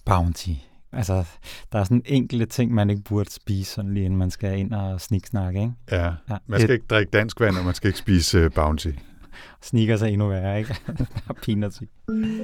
Bounty. Altså, der er sådan enkelte ting, man ikke burde spise, sådan lige inden man skal ind og sniksnakke, ikke? Ja, man skal ikke drikke dansk vand, og man skal ikke spise Bounty. Snikker sig endnu værre, ikke? Der er peanuts i.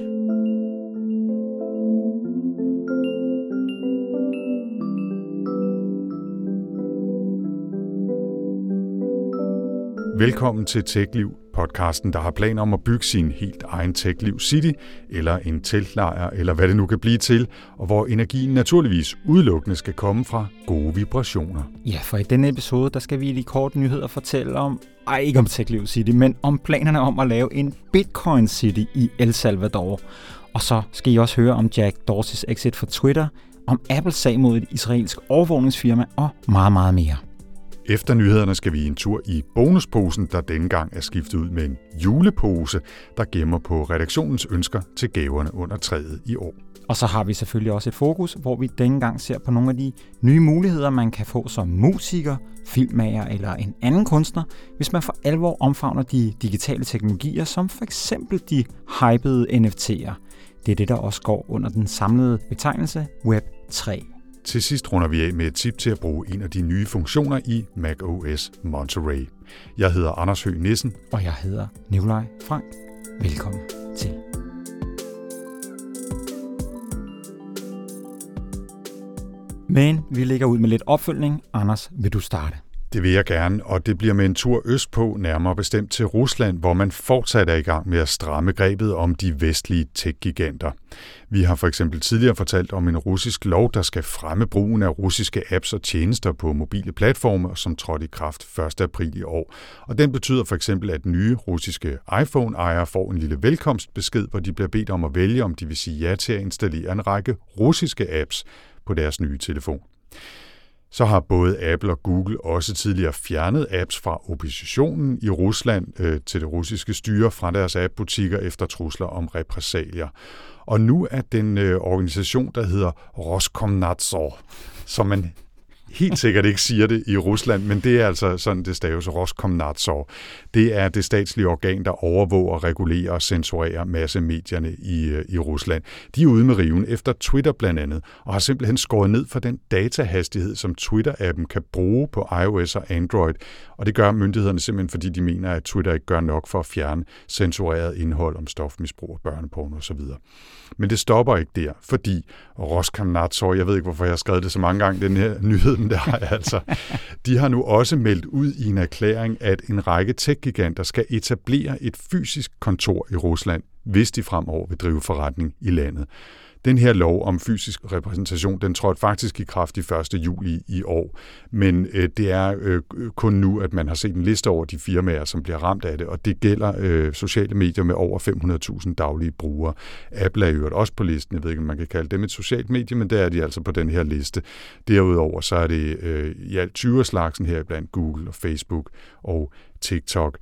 Velkommen til TechLiv, podcasten, der har planer om at bygge sin helt egen TechLiv City, eller en teltlejr, eller hvad det nu kan blive til, og hvor energien naturligvis udelukkende skal komme fra gode vibrationer. Ja, for i denne episode, der skal vi i de korte nyheder fortælle om, ikke om TechLiv City, men om planerne om at lave en Bitcoin City i El Salvador. Og så skal I også høre om Jack Dorseys exit fra Twitter, om Apples sag mod et israelsk overvågningsfirma og meget, meget mere. Efter nyhederne skal vi en tur i bonusposen, der denne gang er skiftet ud med en julepose, der gemmer på redaktionens ønsker til gaverne under træet i år. Og så har vi selvfølgelig også et fokus, hvor vi denne gang ser på nogle af de nye muligheder, man kan få som musiker, filmmager eller en anden kunstner, hvis man for alvor omfavner de digitale teknologier, som for eksempel de hypede NFT'er. Det er det, der også går under den samlede betegnelse Web 3. Til sidst runder vi af med et tip til at bruge en af de nye funktioner i macOS Monterey. Jeg hedder Anders Høgh Nissen. Og jeg hedder Nikolaj Frank. Velkommen til. Men vi lægger ud med lidt opfølgning. Anders, vil du starte? Det vil jeg gerne, og det bliver med en tur østpå, nærmere bestemt til Rusland, hvor man fortsat er i gang med at stramme grebet om de vestlige tech-giganter. Vi har for eksempel tidligere fortalt om en russisk lov, der skal fremme brugen af russiske apps og tjenester på mobile platforme, som trådte i kraft 1. april i år. Og den betyder for eksempel, at nye russiske iPhone-ejere får en lille velkomstbesked, hvor de bliver bedt om at vælge, om de vil sige ja til at installere en række russiske apps på deres nye telefon. Så har både Apple og Google også tidligere fjernet apps fra oppositionen i Rusland til det russiske styre fra deres appbutikker efter trusler om repressalier. Og nu er den organisation, der hedder Roskomnadzor, som man helt sikkert ikke siger det i Rusland, men det er altså sådan, det staves Roskomnadzor. Det er det statslige organ, der overvåger, regulerer og censurerer massemedierne i Rusland. De er ude med riven efter Twitter blandt andet, og har simpelthen skåret ned for den datahastighed, som Twitter-appen kan bruge på iOS og Android. Og det gør myndighederne simpelthen, fordi de mener, at Twitter ikke gør nok for at fjerne censureret indhold om stofmisbrug, børneporno osv. Men det stopper ikke der, fordi Roskomnadzor, jeg ved ikke, hvorfor jeg har skrevet det så mange gange, den her nyhed, der har jeg altså. De har nu også meldt ud i en erklæring, at en række tech-giganter skal etablere et fysisk kontor i Rusland, hvis de fremover vil drive forretning i landet. Den her lov om fysisk repræsentation, den trådte faktisk i kraft i 1. juli i år, men det er kun nu, at man har set en liste over de firmaer, som bliver ramt af det, og det gælder sociale medier med over 500.000 daglige brugere. Apple er jo også på listen, jeg ved ikke, om man kan kalde dem et socialt medie, men der er de altså på den her liste. Derudover så er det i alt 20 slagsen her blandt Google og Facebook og TikTok.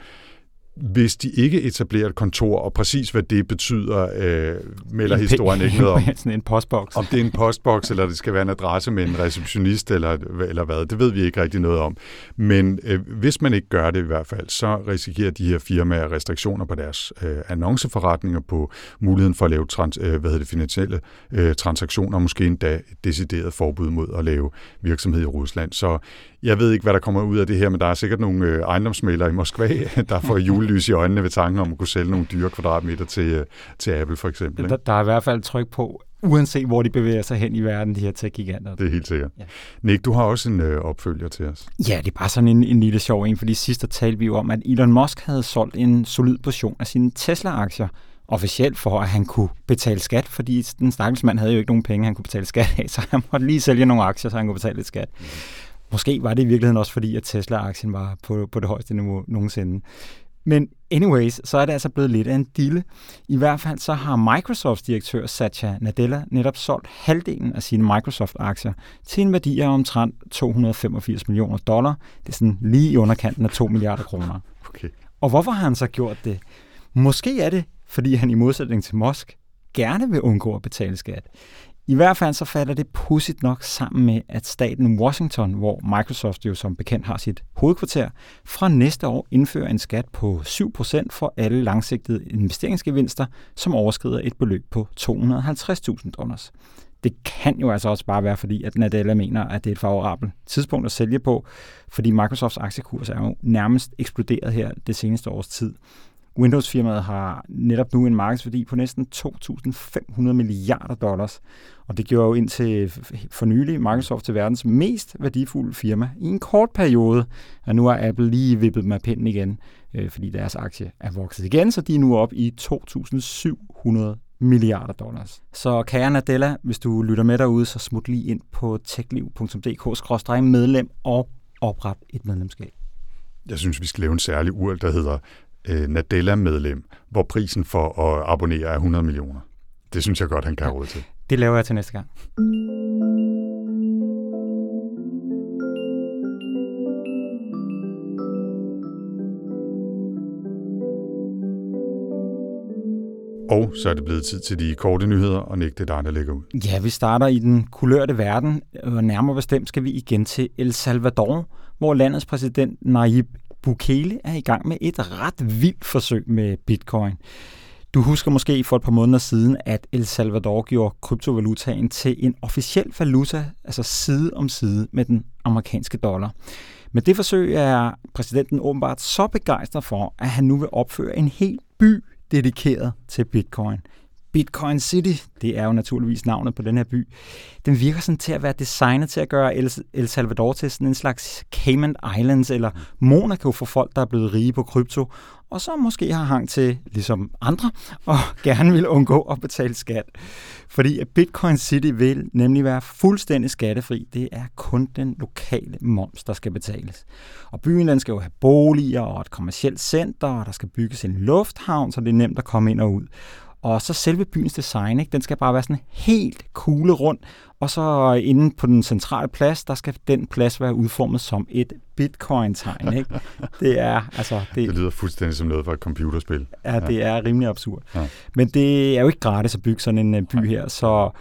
Hvis de ikke etablerer et kontor, og præcis hvad det betyder, melder historien ikke noget om. Sådan en postboks. Om det er en postboks, eller det skal være en adresse med en receptionist, eller hvad, det ved vi ikke rigtig noget om. Men hvis man ikke gør det i hvert fald, så risikerer de her firmaer restriktioner på deres annonceforretninger, på muligheden for at lave finansielle transaktioner, og måske endda et decideret forbud mod at lave virksomhed i Rusland. Så jeg ved ikke, hvad der kommer ud af det her, men der er sikkert nogle ejendomsmæglere i Moskva, der får julelys i øjnene ved tanken om at kunne sælge nogle dyre kvadratmeter til Apple for eksempel. Der er i hvert fald tryk på, uanset hvor de bevæger sig hen i verden, de her tech-giganter. Det er helt sikkert. Ja. Nick, du har også en opfølger til os. Ja, det er bare sådan en lille sjov en, fordi sidst talte vi jo om, at Elon Musk havde solgt en solid portion af sine Tesla-aktier, officielt for, at han kunne betale skat, fordi den stakkels mand havde jo ikke nogen penge, han kunne betale skat af, så han måtte lige sælge nogle aktier, så han kunne betale lidt skat. Måske var det i virkeligheden også fordi, at Tesla-aktien var på det højeste niveau nogensinde. Men anyways, så er det altså blevet lidt af en dille. I hvert fald så har Microsofts direktør Satya Nadella netop solgt halvdelen af sine Microsoft-aktier til en værdi af omtrent $285 millioner. Det er sådan lige i underkanten af 2 milliarder kroner. Okay. Og hvorfor har han så gjort det? Måske er det, fordi han i modsætning til Musk gerne vil undgå at betale skat. I hvert fald så falder det pudsigt nok sammen med, at staten Washington, hvor Microsoft jo som bekendt har sit hovedkvarter, fra næste år indfører en skat på 7% for alle langsigtede investeringsgevinster, som overskrider et beløb på $250,000. det kan jo altså også bare være fordi, at Nadella mener, at det er et favorabelt tidspunkt at sælge på, fordi Microsofts aktiekurs er jo nærmest eksploderet her det seneste års tid. Windows-firmaet har netop nu en markedsværdi på næsten $2.500 milliarder, og det gjorde jo indtil for nylig Microsoft til verdens mest værdifulde firma i en kort periode, og nu har Apple lige vippet med pinden igen, fordi deres aktie er vokset igen, så de er nu op i $2.700 milliarder. Så kære Nadella, hvis du lytter med derude, så smut lige ind på techliv.dk/medlem og opret et medlemskab. Jeg synes, vi skal lave en særlig URL, der hedder Nadella-medlem, hvor prisen for at abonnere er 100 millioner. Det synes jeg godt, han kan have råd til. Det laver jeg til næste gang. Og så er det blevet tid til de korte nyheder, og Nick, det er dig, der lægger ud. Ja, vi starter i den kulørte verden, og nærmere bestemt skal vi igen til El Salvador, hvor landets præsident Nayib Bukele er i gang med et ret vildt forsøg med bitcoin. Du husker måske for et par måneder siden, at El Salvador gjorde kryptovalutaen til en officiel valuta, altså side om side med den amerikanske dollar. Men det forsøg er præsidenten åbenbart så begejstret for, at han nu vil opføre en hel by dedikeret til bitcoin. Bitcoin City, det er jo naturligvis navnet på den her by. Den virker sådan til at være designet til at gøre El Salvador til sådan en slags Cayman Islands eller Monaco for folk, der er blevet rige på krypto, og så måske har hang til, ligesom andre, og gerne vil undgå at betale skat. Fordi at Bitcoin City vil nemlig være fuldstændig skattefri. Det er kun den lokale moms, der skal betales. Og byen den skal jo have boliger og et kommercielt center, og der skal bygges en lufthavn, så det er nemt at komme ind og ud. Og så selve byens design, ikke? Den skal bare være sådan helt kugle rundt, og så inde på den centrale plads, der skal den plads være udformet som et bitcoin-tegn. Ikke? Det er altså det lyder fuldstændig som noget fra et computerspil. Ja, det er rimelig absurd. Ja. Men det er jo ikke gratis at bygge sådan en by her,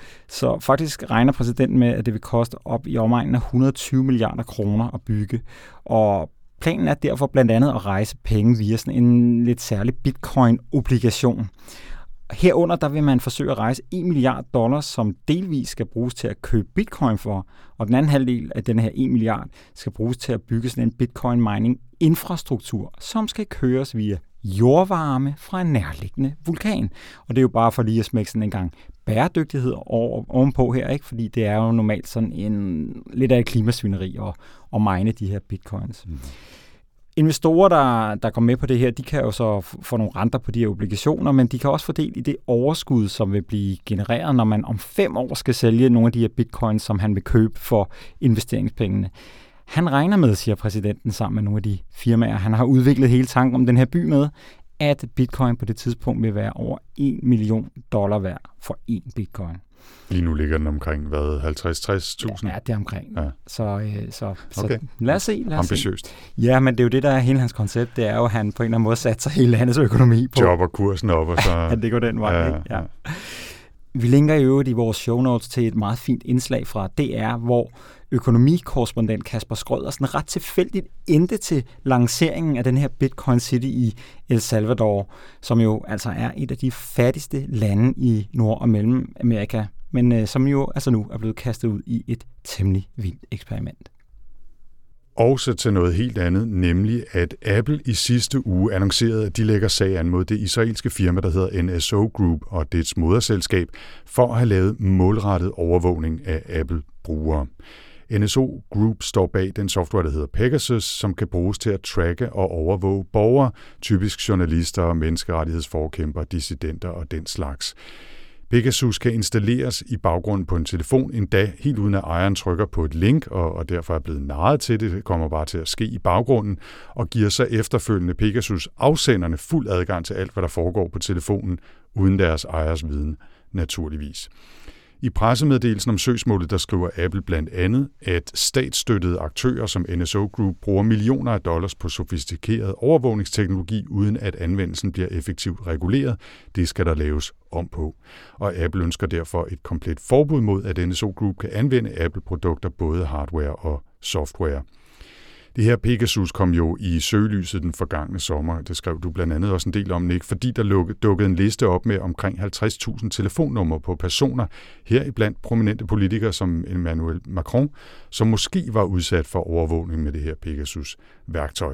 så faktisk regner præsidenten med, at det vil koste op i omegnen af 120 milliarder kroner at bygge. Og planen er derfor blandt andet at rejse penge via sådan en lidt særlig bitcoin-obligation. Herunder der vil man forsøge at rejse $1 milliard, som delvis skal bruges til at købe bitcoin for, og den anden halvdel af den her 1 milliard skal bruges til at bygge sådan en bitcoin mining infrastruktur, som skal køres via jordvarme fra en nærliggende vulkan. Og det er jo bare for lige at smække sådan en gang bæredygtighed ovenpå her, ikke? Fordi det er jo normalt sådan en lidt af et klimasvineri at mine de her bitcoins. Investorer, der går med på det her, de kan jo så få nogle renter på de her obligationer, men de kan også få del i det overskud, som vil blive genereret, når man om 5 år skal sælge nogle af de her bitcoins, som han vil købe for investeringspengene. Han regner med, siger præsidenten sammen med nogle af de firmaer, han har udviklet hele tanken om den her by med, at bitcoin på det tidspunkt vil være over $1 million værd for 1 bitcoin. Lige nu ligger den omkring, 50-60.000? Ja, det er omkring. Ja. Så okay. Lad os se. Ambitiøst. Ja, men det er jo det, der er hele hans koncept. Det er jo, at han på en eller anden måde satser hele landets økonomi på. Jobber kursen op, og så... ja, det går den vej, ikke? Ja. Vi linker i øvrigt i vores show notes til et meget fint indslag fra DR, hvor økonomikorrespondent Kasper Schrødersen ret tilfældigt endte til lanceringen af den her Bitcoin City i El Salvador, som jo altså er et af de fattigste lande i Nord- og Mellemamerika, men som jo altså nu er blevet kastet ud i et temmelig vildt eksperiment. Også til noget helt andet, nemlig at Apple i sidste uge annoncerede, at de lægger sag an mod det israelske firma, der hedder NSO Group og dets moderselskab, for at have lavet målrettet overvågning af Apple-brugere. NSO Group står bag den software, der hedder Pegasus, som kan bruges til at tracke og overvåge borgere, typisk journalister, menneskerettighedsforkæmpere, dissidenter og den slags. Pegasus kan installeres i baggrunden på en telefon, endda helt uden at ejeren trykker på et link, og derfor er blevet narret til det. Det kommer bare til at ske i baggrunden, og giver så efterfølgende Pegasus-afsenderne fuld adgang til alt, hvad der foregår på telefonen, uden deres ejers viden, naturligvis. I pressemeddelelsen om søgsmålet, der skriver Apple blandt andet, at statsstøttede aktører som NSO Group bruger millioner af dollars på sofistikeret overvågningsteknologi, uden at anvendelsen bliver effektivt reguleret. Det skal der laves om på. Og Apple ønsker derfor et komplet forbud mod, at NSO Group kan anvende Apple-produkter, både hardware og software. Det her Pegasus kom jo i søgelyset den forgangne sommer. Det skrev du blandt andet også en del om, Nick, fordi der dukkede en liste op med omkring 50.000 telefonnumre på personer, heriblandt prominente politikere som Emmanuel Macron, som måske var udsat for overvågning med det her Pegasus-værktøj.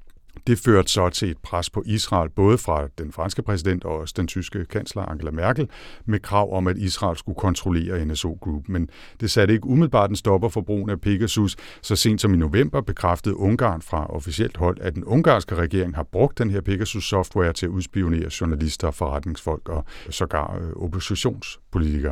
Det førte så til et pres på Israel, både fra den franske præsident og også den tyske kansler Angela Merkel, med krav om, at Israel skulle kontrollere NSO Group. Men det satte ikke umiddelbart en stopper for brugen af Pegasus. Så sent som i november bekræftede Ungarn fra officielt hold, at den ungarske regering har brugt den her Pegasus-software til at udspionere journalister, forretningsfolk og sågar oppositionspolitikere.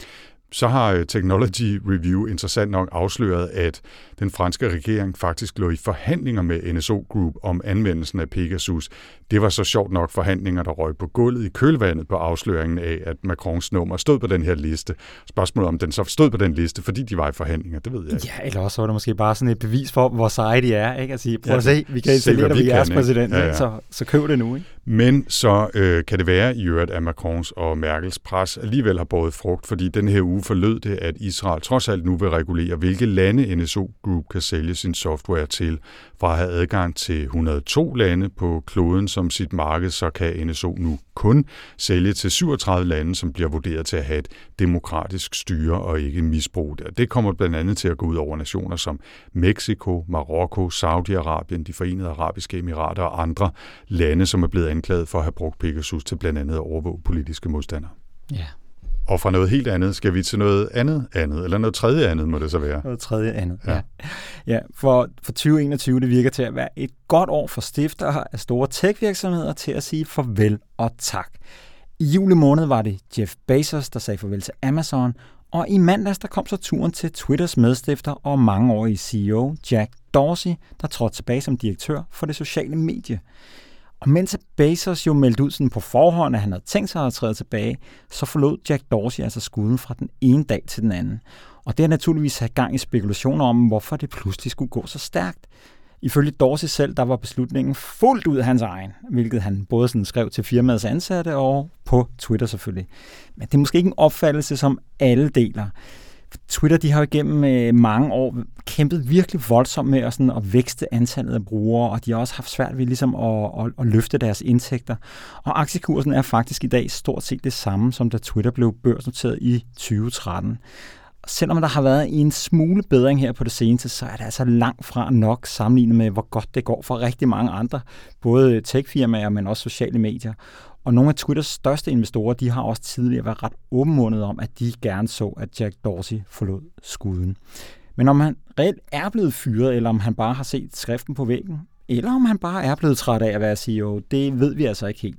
Så har Technology Review interessant nok afsløret, at den franske regering faktisk lå i forhandlinger med NSO Group om anvendelsen af Pegasus. Det var så sjovt nok forhandlinger, der røg på gulvet i kølvandet på afsløringen af, at Macrons nummer stod på den her liste. Spørgsmålet om den så stod på den liste, fordi de var i forhandlinger, det ved jeg ikke. Ja, eller også var det måske bare sådan et bevis for, hvor seje de er, ikke? At sige, prøv at se, vi kan installere, at vi er jeres præsident, ja. Så køb det nu, ikke? Men så kan det være i øvrigt, at Macrons og Merkels pres alligevel har båret frugt, fordi den her uge forlød det, at Israel trods alt nu vil regulere, hvilke lande NSO Group kan sælge sin software til. Fra at have adgang til 102 lande på kloden som sit marked, så kan NSO nu kun sælge til 37 lande, som bliver vurderet til at have et demokratisk styre og ikke misbrug. Det kommer blandt andet til at gå ud over nationer som Mexico, Marokko, Saudi-Arabien, de Forenede Arabiske Emirater og andre lande, som er blevet anklaget for at have brugt Pegasus til blandt andet at overvåge politiske modstandere. Ja. Og fra noget helt andet skal vi til noget andet, eller noget tredje andet, må det så være. Noget tredje andet, ja. Ja, for 2021, det virker til at være et godt år for stiftere af store tech-virksomheder til at sige farvel og tak. I juli måned var det Jeff Bezos, der sagde farvel til Amazon, og i mandags der kom så turen til Twitters medstifter og mangeårige CEO Jack Dorsey, der trådte tilbage som direktør for det sociale medie. Og mens Bezos jo meldte ud sådan på forhånd, at han havde tænkt sig at træde tilbage, så forlod Jack Dorsey altså skuden fra den ene dag til den anden. Og det har naturligvis sat gang i spekulationer om, hvorfor det pludselig skulle gå så stærkt. Ifølge Dorsey selv, der var beslutningen fuldt ud af hans egen, hvilket han både sådan skrev til firmaets ansatte og på Twitter selvfølgelig. Men det er måske ikke en opfattelse, som alle deler. Twitter, de har jo igennem mange år kæmpet virkelig voldsomt med at vækste antallet af brugere, og de har også haft svært ved ligesom at løfte deres indtægter. Og aktiekursen er faktisk i dag stort set det samme, som da Twitter blev børsnoteret i 2013. Selvom der har været en smule bedring her på det seneste, så er det altså langt fra nok sammenlignet med, hvor godt det går for rigtig mange andre, både tech-firmaer, men også sociale medier. Og nogle af Twitters største investorer, de har også tidligere været ret åbenmundet om, at de gerne så, at Jack Dorsey forlod skuden. Men om han reelt er blevet fyret, eller om han bare har set skriften på væggen, eller om han bare er blevet træt af at være CEO, det ved vi altså ikke helt.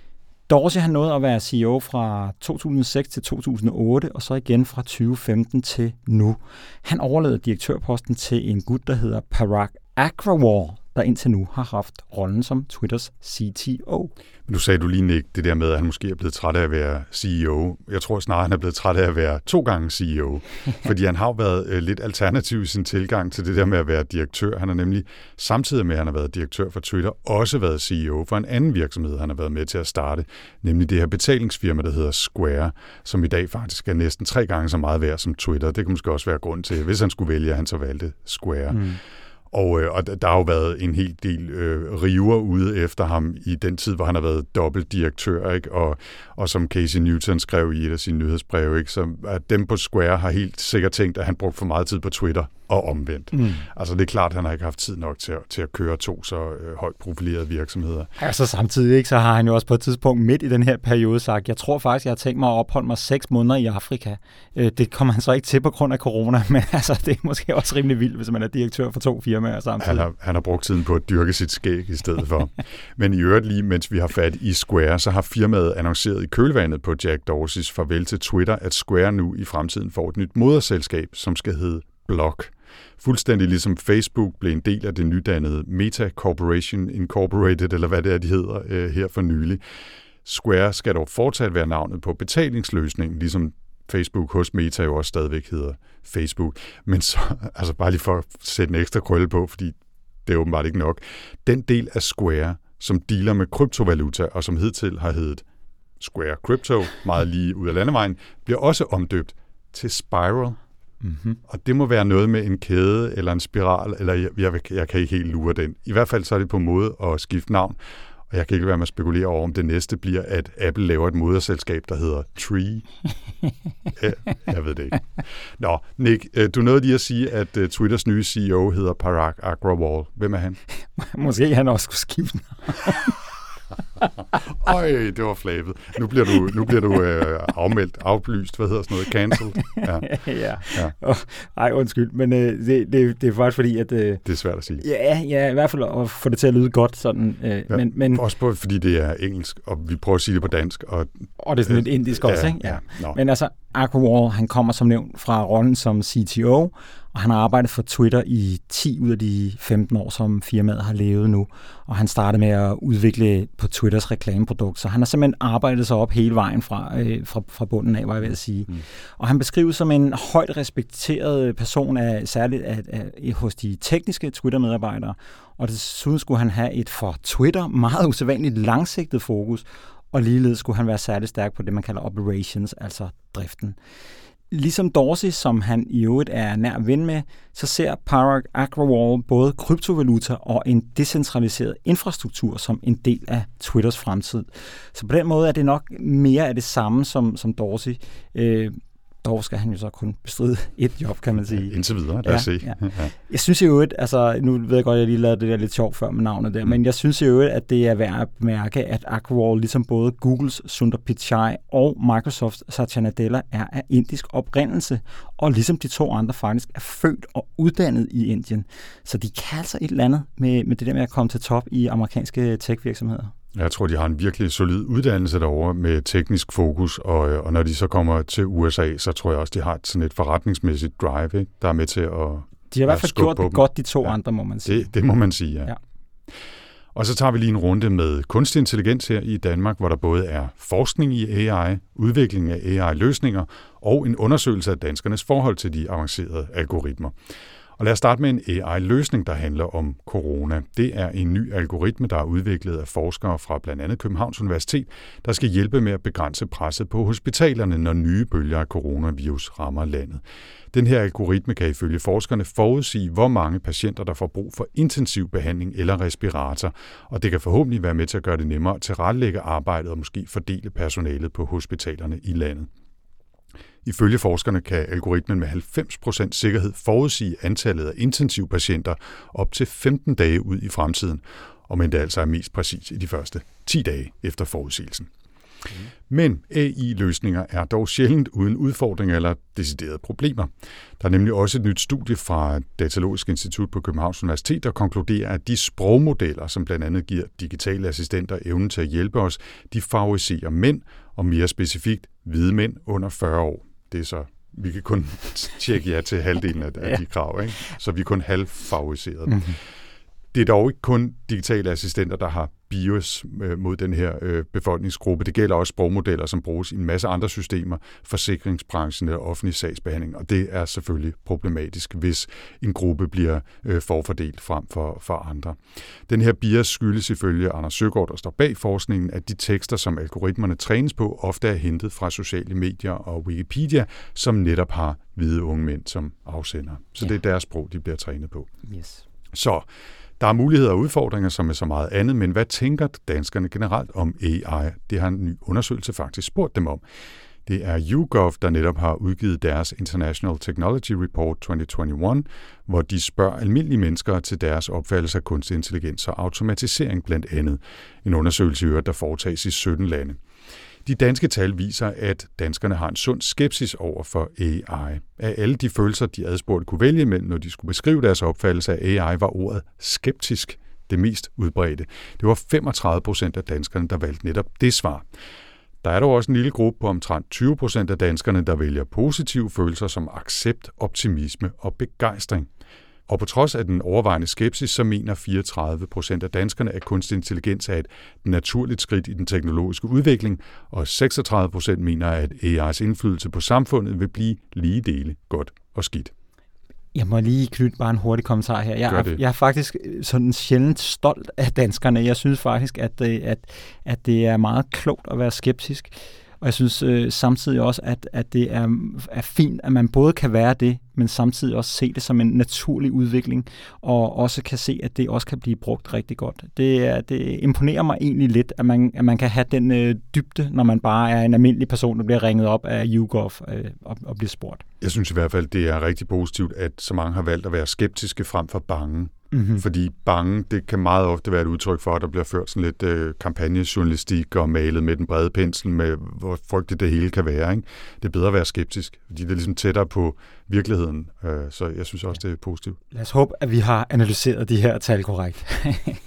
Dorsey han nåede at være CEO fra 2006 til 2008, og så igen fra 2015 til nu. Han overlevede direktørposten til en gut, der hedder Parag Agrawal, der indtil nu har haft rollen som Twitters CTO. Nu sagde du lige, Nick, det der med, at han måske er blevet træt af at være CEO. Jeg tror snarere, han er blevet træt af at være 2 gange CEO. Fordi han har jo været lidt alternativ i sin tilgang til det der med at være direktør. Han har nemlig, samtidig med at han har været direktør for Twitter, også været CEO for en anden virksomhed, han har været med til at starte. Nemlig det her betalingsfirma, der hedder Square, som i dag faktisk er næsten 3 gange så meget værd som Twitter. Det kan måske også være grund til, hvis han skulle vælge, at han så valgte Square. Og der har jo været en hel del river ude efter ham i den tid, hvor han har været dobbeltdirektør, ikke? Og som Casey Newton skrev i et af sine nyhedsbreve, ikke? Så at dem på Square har helt sikkert tænkt, at han brugte for meget tid på Twitter og omvendt. Altså det er klart, at han har ikke haft tid nok til at køre 2 så højt profilerede virksomheder. Ja, så samtidig ikke, så har han jo også på et tidspunkt midt i den her periode sagt, jeg tror faktisk, jeg har tænkt mig at opholde mig 6 måneder i Afrika. Det kommer han så ikke til på grund af corona, men altså, det er måske også rimelig vildt, hvis man er direktør for 2 firmaer samtidig. Han har brugt tiden på at dyrke sit skæg i stedet for. Men i øvrigt lige, mens vi har fat i Square, så har firmaet annonceret i kølvandet på Jack Dorseys farvel til Twitter, at Square nu i fremtiden får et nyt moderselskab, som skal hedde Block. Fuldstændig ligesom Facebook blev en del af det nydannede Meta Corporation Incorporated, eller hvad det er, de hedder her for nylig. Square skal dog fortsat være navnet på betalingsløsningen, ligesom Facebook hos Meta jo også stadigvæk hedder Facebook. Men så, altså bare lige for at sætte en ekstra krølle på, fordi det er åbenbart ikke nok. Den del af Square, som dealer med kryptovaluta, og som hidtil har heddet Square Crypto, meget lige ud af landevejen, bliver også omdøbt til Spiral. Mm-hmm. Og det må være noget med en kæde eller en spiral, eller jeg kan ikke helt lure den. I hvert fald så er det på mode at skifte navn, og jeg kan ikke være med at spekulere over, om det næste bliver, at Apple laver et moderselskab, der hedder Tree. Jeg ved det ikke. Nå, Nick, du nåede lige at sige, at Twitters nye CEO hedder Parag Agrawal. Hvem er han? Måske han også skulle skifte navn. Øj, det var flabet. Nu bliver du afmeldt, aflyst, hvad hedder sådan noget, cancelled. Ja. Ej, undskyld, men det er faktisk fordi, at... det er svært at sige. Ja, i hvert fald at få det til at lyde godt sådan. Men også på, fordi det er engelsk, og vi prøver at sige det på dansk. Og det er sådan lidt indisk også, ikke? Ja. Men altså, Agrawal, han kommer som nævnt fra rollen som CTO, og han har arbejdet for Twitter i 10 ud af de 15 år, som firmaet har levet nu. Og han startede med at udvikle på Twitters reklameprodukt, så han har simpelthen arbejdet sig op hele vejen fra bunden af, hvad jeg vil sige. Og han beskrives som en højt respekteret person, særligt hos de tekniske Twitter-medarbejdere. Og desuden skulle han have et for Twitter meget usædvanligt langsigtet fokus, og ligeledes skulle han være særligt stærk på det, man kalder operations, altså driften. Ligesom Dorsey, som han i øvrigt er nær ven med, så ser Parag Agrawal både kryptovaluta og en decentraliseret infrastruktur som en del af Twitters fremtid. Så på den måde er det nok mere af det samme som Dorsey. Dog skal han jo så kun bestride et job, kan man sige. Indtil videre, lad os se. Ja. Jeg synes jo, nu ved jeg godt, at jeg lige lavede det der lidt sjovt før med navnet der, men jeg synes jo, at det er værd at mærke, at Agrawal, ligesom både Googles Sundar Pichai og Microsofts Satya Nadella, er af indisk oprindelse, og ligesom de to andre faktisk er født og uddannet i Indien. Så de kan altså et eller andet med det der med at komme til top i amerikanske tech-virksomheder. Jeg tror, de har en virkelig solid uddannelse derovre med teknisk fokus, og når de så kommer til USA, så tror jeg også, de har sådan et forretningsmæssigt drive, ikke, der er med til at... De har i hvert fald gjort det godt, de to andre, må man sige. Det må man sige, ja. Og så tager vi lige en runde med kunstig intelligens her i Danmark, hvor der både er forskning i AI, udvikling af AI-løsninger og en undersøgelse af danskernes forhold til de avancerede algoritmer. Og lad os starte med en AI-løsning, der handler om corona. Det er en ny algoritme, der er udviklet af forskere fra blandt andet Københavns Universitet, der skal hjælpe med at begrænse presset på hospitalerne, når nye bølger af coronavirus rammer landet. Den her algoritme kan ifølge forskerne forudsige, hvor mange patienter, der får brug for intensiv behandling eller respirator, og det kan forhåbentlig være med til at gøre det nemmere at tilrettelægge arbejdet og måske fordele personalet på hospitalerne i landet. Ifølge forskerne kan algoritmen med 90% sikkerhed forudsige antallet af intensivpatienter op til 15 dage ud i fremtiden, og men det altså er mest præcis i de første 10 dage efter forudsigelsen. Men AI-løsninger er dog sjældent uden udfordringer eller deciderede problemer. Der er nemlig også et nyt studie fra Datalogisk Institut på Københavns Universitet, der konkluderer, at de sprogmodeller, som blandt andet giver digitale assistenter evnen til at hjælpe os, de favoriserer mænd, og mere specifikt hvide mænd under 40 år. Det er så, vi kan kun tjekke ja til halvdelen af de krav, ikke? Så vi er kun halvfavoriseret. Mm-hmm. Det er dog ikke kun digitale assistenter, der har bias mod den her befolkningsgruppe. Det gælder også sprogmodeller, som bruges i en masse andre systemer, forsikringsbranchen eller offentlig sagsbehandling, og det er selvfølgelig problematisk, hvis en gruppe bliver forfordelt frem for andre. Den her bias skyldes ifølge Anders Søgaard, der står bag forskningen, at de tekster, som algoritmerne trænes på, ofte er hentet fra sociale medier og Wikipedia, som netop har hvide unge mænd som afsender. Så det er deres sprog, de bliver trænet på. Yes. Så der er muligheder og udfordringer, som er så meget andet, men hvad tænker danskerne generelt om AI? Det har en ny undersøgelse faktisk spurgt dem om. Det er YouGov, der netop har udgivet deres International Technology Report 2021, hvor de spørger almindelige mennesker til deres opfattelse af kunstig intelligens og automatisering blandt andet. En undersøgelse, der foretages i 17 lande. De danske tal viser, at danskerne har en sund skepsis over for AI. Af alle de følelser, de adspurgte kunne vælge imellem, når de skulle beskrive deres opfattelse af AI, var ordet skeptisk det mest udbredte. Det var 35% af danskerne, der valgte netop det svar. Der er dog også en lille gruppe på omtrent 20% af danskerne, der vælger positive følelser som accept, optimisme og begejstring. Og på trods af den overvejende skepsis, så mener 34% af danskerne, at kunstig intelligens er et naturligt skridt i den teknologiske udvikling, og 36% mener, at AI's indflydelse på samfundet vil blive lige dele godt og skidt. Jeg må lige knytte bare en hurtig kommentar her. Jeg er faktisk sådan sjældent stolt af danskerne. Jeg synes faktisk, at det er meget klogt at være skeptisk. Og jeg synes samtidig også, at det er fint, at man både kan være det, men samtidig også se det som en naturlig udvikling, og også kan se, at det også kan blive brugt rigtig godt. Det imponerer mig egentlig lidt, at man kan have den dybde, når man bare er en almindelig person, der bliver ringet op af YouGov og bliver spurgt. Jeg synes i hvert fald, det er rigtig positivt, at så mange har valgt at være skeptiske frem for bange. Mm-hmm. Fordi bange, det kan meget ofte være et udtryk for, at der bliver ført sådan lidt kampagnejournalistik og malet med den brede pensel med, hvor frygteligt det hele kan være. Ikke? Det er bedre at være skeptisk, fordi det er ligesom tættere på virkeligheden. Så jeg synes også, det er positivt. Lad os håbe, at vi har analyseret de her tal korrekt.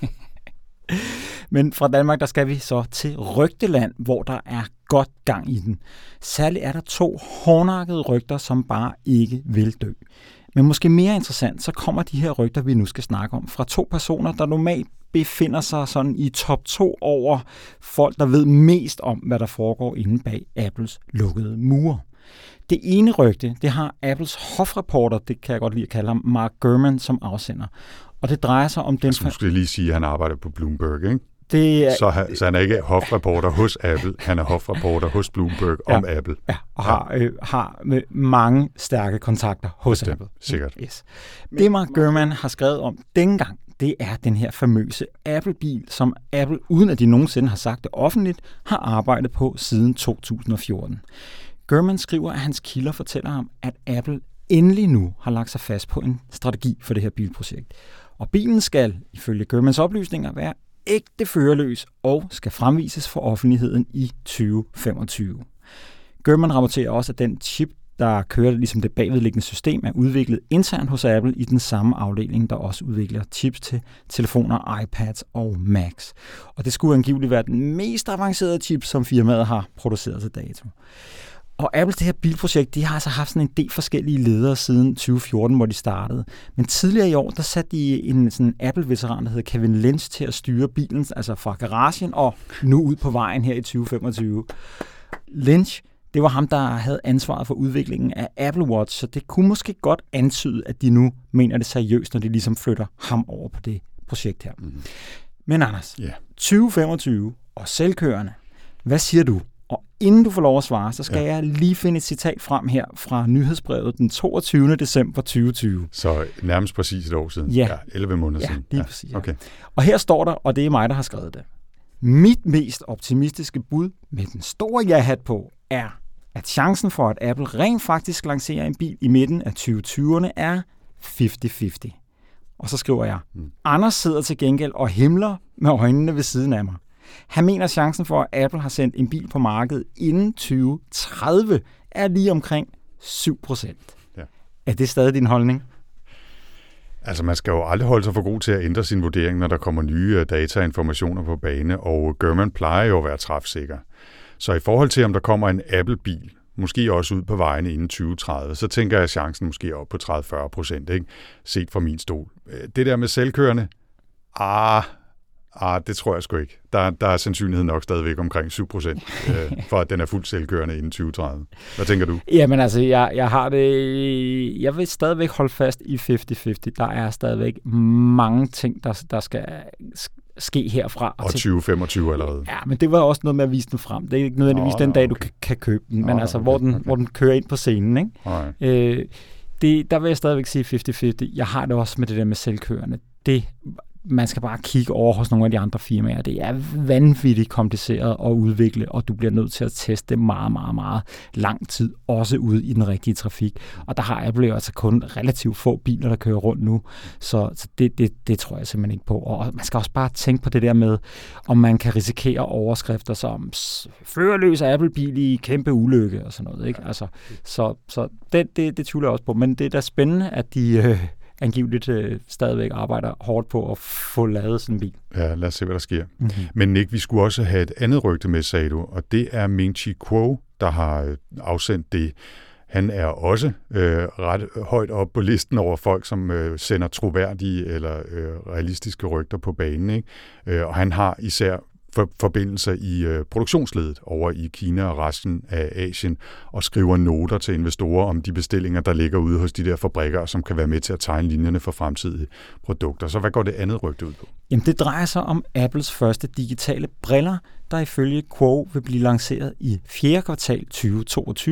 Men fra Danmark, der skal vi så til Rygteland, hvor der er godt gang i den. Særligt er der 2 hårdnakkede rygter, som bare ikke vil dø. Men måske mere interessant, så kommer de her rygter, vi nu skal snakke om, fra 2 personer, der normalt befinder sig sådan i top 2 over folk, der ved mest om, hvad der foregår inde bag Apples lukkede mure. Det ene rygte, det har Apples hofreporter, det kan jeg godt lide at kalde ham, Mark Gurman, som afsender. Og det drejer sig om den... Jeg skulle lige sige, at han arbejder på Bloomberg, ikke? Så han er ikke hofreporter hos Apple, han er hofreporter hos Bloomberg om Apple. Ja, og har mange stærke kontakter hos Apple. Sikkert. Yes. Det Mark Gurman har skrevet om dengang, det er den her famøse Apple-bil, som Apple, uden at de nogensinde har sagt det offentligt, har arbejdet på siden 2014. Gurman skriver, at hans kilder fortæller ham, at Apple endelig nu har lagt sig fast på en strategi for det her bilprojekt. Og bilen skal, ifølge Gurmans oplysninger, være ægte førerløs og skal fremvises for offentligheden i 2025. Gurman rapporterer også, at den chip, der kører ligesom det bagvedliggende system, er udviklet internt hos Apple i den samme afdeling, der også udvikler chips til telefoner, iPads og Macs. Og det skulle angiveligt være den mest avancerede chip, som firmaet har produceret til dato. Og Apples det her bilprojekt, de har altså haft sådan en del forskellige ledere siden 2014, hvor de startede. Men tidligere i år, der satte de en sådan Apple-veteran, der hedder Kevin Lynch, til at styre bilen, altså fra garagen og nu ud på vejen her i 2025. Lynch, det var ham, der havde ansvaret for udviklingen af Apple Watch, så det kunne måske godt antyde, at de nu mener det seriøst, når de ligesom flytter ham over på det projekt her. Mm-hmm. Men Anders, 2025 og selvkørende, hvad siger du? Og inden du får lov at svare, så skal jeg lige finde et citat frem her fra nyhedsbrevet den 22. december 2020. Så nærmest præcis et år siden. Ja. 11 måneder siden. Lige præcis. Ja. Okay. Og her står der, og det er mig, der har skrevet det. Mit mest optimistiske bud med den store ja-hat på er, at chancen for, at Apple rent faktisk lancerer en bil i midten af 2020'erne er 50-50. Og så skriver jeg, Anders sidder til gengæld og himler med øjnene ved siden af mig. Han mener, at chancen for, at Apple har sendt en bil på markedet inden 2030 er lige omkring 7%. Ja. Er det stadig din holdning? Altså, man skal jo aldrig holde sig for god til at ændre sin vurdering, når der kommer nye data og informationer på bane, og Gurman plejer jo at være træfsikker. Så i forhold til, om der kommer en Apple-bil, måske også ud på vejene inden 2030, så tænker jeg, at chancen måske er op på 30-40%, ikke? Set fra min stol. Det der med selvkørende, det tror jeg sgu ikke. Der er sandsynligheden nok stadigvæk omkring 7%, for at den er fuldt selvkørende inden 2030. Hvad tænker du? Jamen altså, jeg har det... Jeg vil stadigvæk holde fast i 50-50. Der er stadigvæk mange ting, der skal ske herfra. Og 2025 allerede. Ja, men det var også noget med at vise den frem. Det er ikke nødvendigvis den dag, du kan købe den, men altså, hvor den kører ind på scenen, ikke? Der vil jeg stadigvæk sige 50-50. Jeg har det også med det der med selvkørende. Man skal bare kigge over hos nogle af de andre firmaer. Det er vanvittigt kompliceret at udvikle, og du bliver nødt til at teste det meget, meget, meget lang tid, også ude i den rigtige trafik. Og der har Apple altså kun relativt få biler, der kører rundt nu, så det tror jeg simpelthen ikke på. Og man skal også bare tænke på det der med, om man kan risikere overskrifter som førerløs Apple-bil i kæmpe ulykke og sådan noget, ikke? Altså, så det tvivler jeg også på. Men det er da spændende, at de... angiveligt stadigvæk arbejder hårdt på at få lavet sådan en bil. Ja, lad os se, hvad der sker. Mm-hmm. Men Nick, vi skulle også have et andet rygte med, sagde du, og det er Ming-Chi Kuo, der har afsendt det. Han er også ret højt op på listen over folk, som sender troværdige eller realistiske rygter på banen, ikke? Og han har især forbindelser i produktionsledet over i Kina og resten af Asien, og skriver noter til investorer om de bestillinger, der ligger ude hos de der fabrikker, som kan være med til at tegne linjerne for fremtidige produkter. Så hvad går det andet rygte ud på? Jamen, det drejer sig om Apples første digitale briller, der ifølge Kuo vil blive lanceret i 4. kvartal 2022,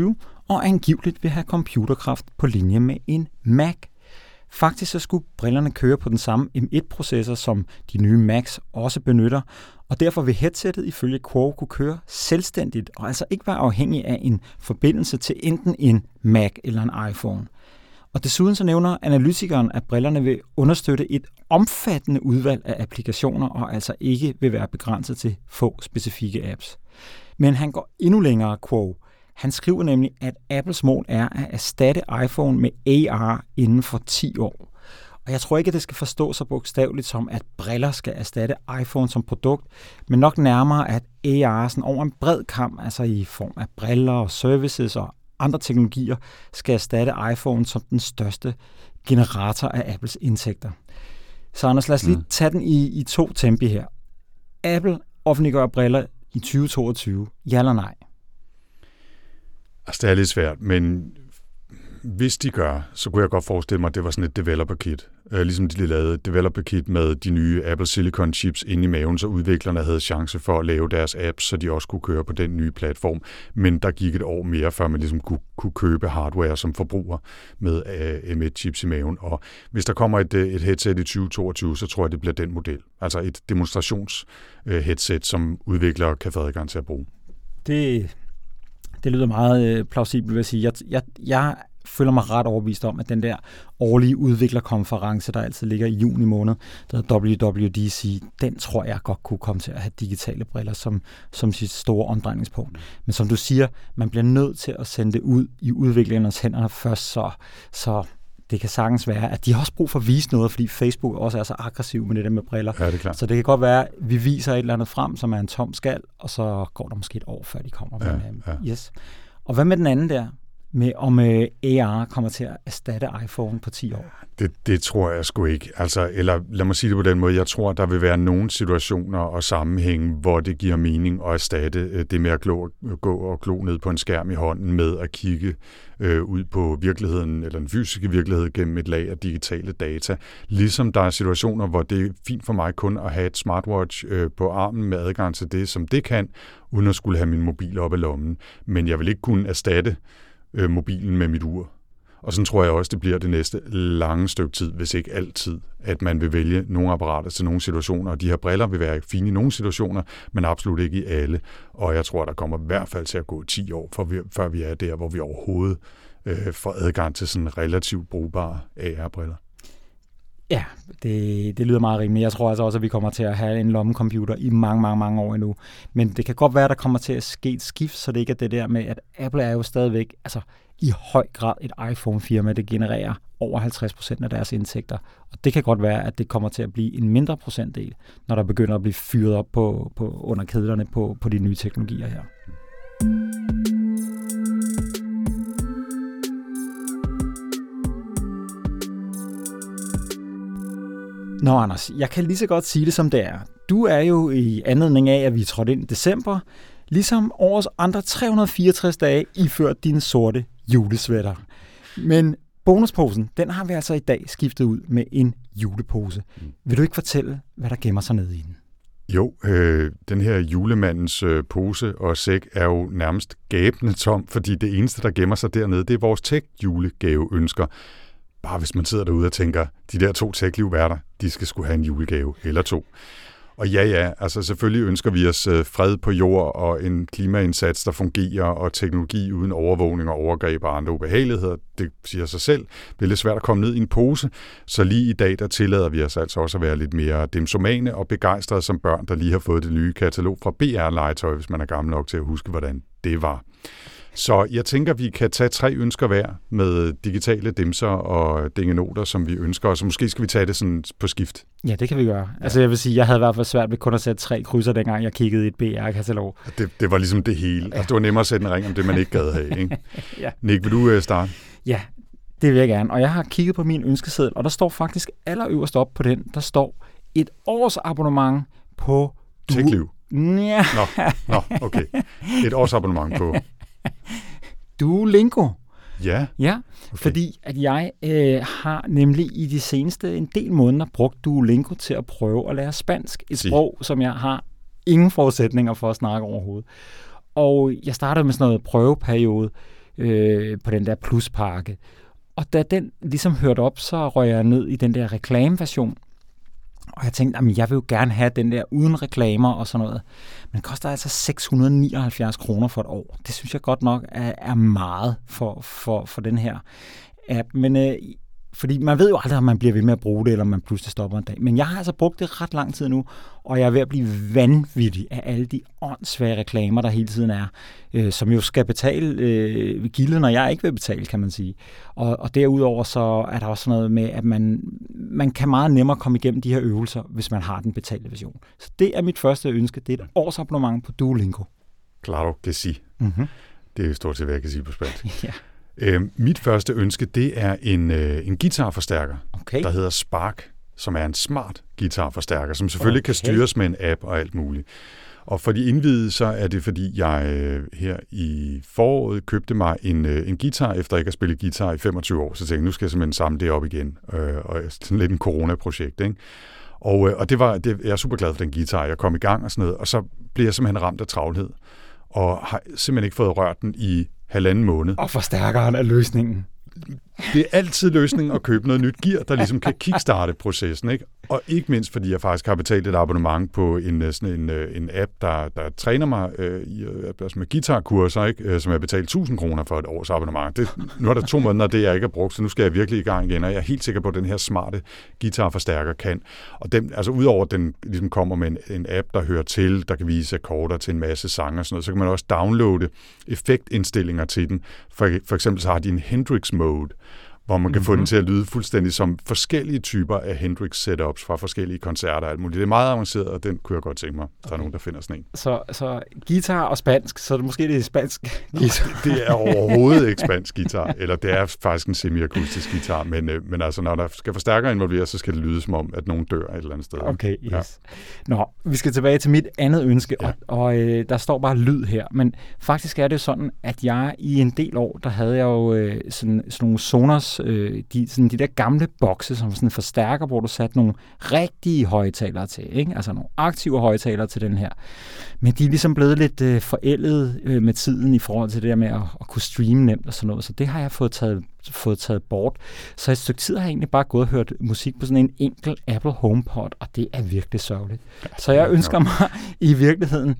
og angiveligt vil have computerkraft på linje med en Mac. Faktisk så skulle brillerne køre på den samme M1-processor, som de nye Macs også benytter, og derfor vil headsettet ifølge Quo kunne køre selvstændigt, og altså ikke være afhængig af en forbindelse til enten en Mac eller en iPhone. Og desuden så nævner analytikeren, at brillerne vil understøtte et omfattende udvalg af applikationer, og altså ikke vil være begrænset til få specifikke apps. Men han går endnu længere, Quo. Han skriver nemlig, at Apples mål er at erstatte iPhone med AR inden for 10 år. Og jeg tror ikke, at det skal forstås så bogstaveligt som, at briller skal erstatte iPhone som produkt, men nok nærmere, at AR sådan over en bred kam, altså i form af briller og services og andre teknologier, skal erstatte iPhone som den største generator af Apples indtægter. Så Anders, lad os lige tage den i 2 tempi her. Apple offentliggør briller i 2022. Ja eller nej? Altså, det er lidt svært, men hvis de gør, så kunne jeg godt forestille mig, at det var sådan et developer kit. Ligesom de lavede et developer kit med de nye Apple Silicon chips inde i maven, så udviklerne havde chance for at lave deres apps, så de også kunne køre på den nye platform. Men der gik et år mere, før man ligesom kunne købe hardware som forbruger med M1-chips i maven. Og hvis der kommer et headset i 2022, så tror jeg, det bliver den model. Altså et demonstrations-headset, som udviklere kan få adgang til at bruge. Det lyder meget plausibelt, vil jeg sige. Jeg føler mig ret overbevist om, at den der årlige udviklerkonference, der altid ligger i juni måned, der hedder WWDC, den tror jeg godt kunne komme til at have digitale briller som sit store omdrejningspunkt. Men som du siger, man bliver nødt til at sende det ud i udviklernes hænder først, så det kan sagtens være, at de har også brug for at vise noget, fordi Facebook også er så aggressiv med det der med briller. Ja, det er klart. Så det kan godt være, at vi viser et eller andet frem, som er en tom skal, og så går der måske et år, før de kommer. Ja. Yes. Og hvad med den anden der? Med om AR kommer til at erstatte iPhone på 10 år? Det tror jeg sgu ikke. Altså, eller lad mig sige det på den måde. Jeg tror, der vil være nogle situationer og sammenhænge, hvor det giver mening at erstatte det med at gå og glo ned på en skærm i hånden med at kigge ud på virkeligheden, eller den fysiske virkelighed gennem et lag af digitale data. Ligesom der er situationer, hvor det er fint for mig kun at have et smartwatch på armen med adgang til det, som det kan, uden at skulle have min mobil op i lommen. Men jeg vil ikke kunne erstatte mobilen med mit ur. Og sådan tror jeg også, det bliver det næste lange stykke tid, hvis ikke altid, at man vil vælge nogle apparater til nogle situationer, og de her briller vil være fine i nogle situationer, men absolut ikke i alle. Og jeg tror, der kommer i hvert fald til at gå 10 år, før vi er der, hvor vi overhovedet får adgang til sådan relativt brugbare AR-briller. Ja, det lyder meget rimeligt. Jeg tror altså også, at vi kommer til at have en lommecomputer i mange år endnu. Men det kan godt være, at der kommer til at ske et skift, så det ikke er det der med, at Apple er jo stadigvæk i høj grad et iPhone-firma, det genererer over 50% af deres indtægter. Og det kan godt være, at det kommer til at blive en mindre procentdel, når der begynder at blive fyret op på under kedlerne på de nye teknologier her. Nå, Anders, jeg kan lige så godt sige det, som det er. Du er jo i anledning af, at vi trådte ind i december, ligesom årets andre 364 dage iført dine sorte julesvætter. Men bonusposen, den har vi altså i dag skiftet ud med en julepose. Vil du ikke fortælle, hvad der gemmer sig nede i den? Jo, den her julemandens pose og sæk er jo nærmest gabende tom, fordi det eneste, der gemmer sig dernede, det er vores tech-julegaveønsker. Bare hvis man sidder derude og tænker, de der 2 tech-livværter, de skal sgu have en julegave eller 2. Og ja, altså selvfølgelig ønsker vi os fred på jord og en klimaindsats, der fungerer, og teknologi uden overvågning og overgreb og andre ubehageligheder. Det siger sig selv. Det er lidt svært at komme ned i en pose, så lige i dag, der tillader vi os altså også at være lidt mere demsomane og begejstrede som børn, der lige har fået det nye katalog fra BR-legetøj, hvis man er gammel nok til at huske, hvordan det var. Så jeg tænker, vi kan tage 3 ønsker hver med digitale dimser og dingenoter, som vi ønsker, og så måske skal vi tage det sådan på skift. Ja, det kan vi gøre. Ja. Altså jeg vil sige, jeg havde i hvert fald svært ved kun at sætte 3 krydser, dengang jeg kiggede i et BR-katalog. Det var ligesom det hele. Altså, det var nemmere at sætte en ring om det, man ikke gad have. Ikke? Ja. Nick, vil du starte? Ja, det vil jeg gerne. Og jeg har kigget på min ønskeseddel, og der står faktisk allerøverst op på den, der står et års abonnement på... Tech-liv? Ja. Nå, okay. Et års abonnement på... Duolingo. Ja? Ja, okay. Fordi at jeg har nemlig i de seneste en del måneder brugt Duolingo til at prøve at lære spansk. Et sprog, som jeg har ingen forudsætninger for at snakke overhovedet. Og jeg startede med sådan noget prøveperiode på den der pluspakke. Og da den ligesom hørte op, så røg jeg ned i den der reklameversion. Og jeg tænkte, at jeg vil jo gerne have den der uden reklamer og sådan noget. Men det koster altså 679 kroner for et år. Det synes jeg godt nok er meget for den her app. Men fordi man ved jo aldrig, om man bliver ved med at bruge det, eller om man pludselig stopper en dag. Men jeg har altså brugt det ret lang tid nu, og jeg er ved at blive vanvittig af alle de åndssvage reklamer, der hele tiden er, som jo skal betale gildet, når jeg ikke vil betale, kan man sige. Og derudover så er der også noget med, at man kan meget nemmere komme igennem de her øvelser, hvis man har den betalte version. Så det er mit første ønske. Det er et årsabonnement på Duolingo. Claro que sí. Mm-hmm. Det er jo stort set, hvad jeg kan sige på spansk. Ja. Mit første ønske, det er en guitarforstærker, der hedder Spark, som er en smart guitarforstærker, som selvfølgelig kan styres med en app og alt muligt. Og for de indvidede, så er det, fordi jeg her i foråret købte mig en guitar, efter ikke at spille guitar i 25 år. Så tænkte jeg, nu skal jeg simpelthen samle det op igen. Og sådan lidt en corona-projekt, ikke? Og jeg er super glad for den guitar. Jeg kom i gang og sådan noget, og så blev jeg simpelthen ramt af travlhed. Og har simpelthen ikke fået rørt den i 1,5 måned. Og forstærkeren er løsningen. Det er altid løsningen at købe noget nyt gear, der ligesom kan kickstarte processen, ikke? Og ikke mindst, fordi jeg faktisk har betalt et abonnement på en app, der træner mig med guitarkurser, ikke? Som jeg har betalt 1.000 kroner for et års abonnement. Nu er der 2 måneder, det jeg ikke har brugt, så nu skal jeg virkelig i gang igen, og jeg er helt sikker på, at den her smarte guitarforstærker kan. Og den, altså udover at den ligesom kommer med en app, der hører til, der kan vise akkorder til en masse sange og sådan noget, så kan man også downloade effektindstillinger til den. For eksempel så har de en Hendrix mode, hvor man kan få den til at lyde fuldstændig som forskellige typer af Hendrix-setups fra forskellige koncerter og alt muligt. Det er meget avanceret, og den kunne jeg godt tænke mig. Der er nogen, der finder sådan en. Så guitar og spansk, så måske det er spansk guitar? Det er overhovedet ikke spansk guitar, eller det er faktisk en semi-akustisk guitar, men altså, når der skal forstærkere involveres, så skal det lyde som om, at nogen dør et eller andet sted. Okay, yes. Ja. Nå, vi skal tilbage til mit andet ønske, ja. og der står bare lyd her, men faktisk er det sådan, at jeg i en del år, der havde jeg jo sådan nogle Sonos, de der gamle bokse, som sådan en forstærker, hvor du satte nogle rigtige højtalere til, ikke? Altså nogle aktive højtalere til den her. Men de er ligesom blevet lidt forældet med tiden i forhold til det der med at kunne streame nemt og sådan noget, så det har jeg fået taget bort. Så et stykke tid har jeg egentlig bare gået og hørt musik på sådan en enkel Apple HomePod, og det er virkelig sørgeligt. Så jeg ønsker mig i virkeligheden,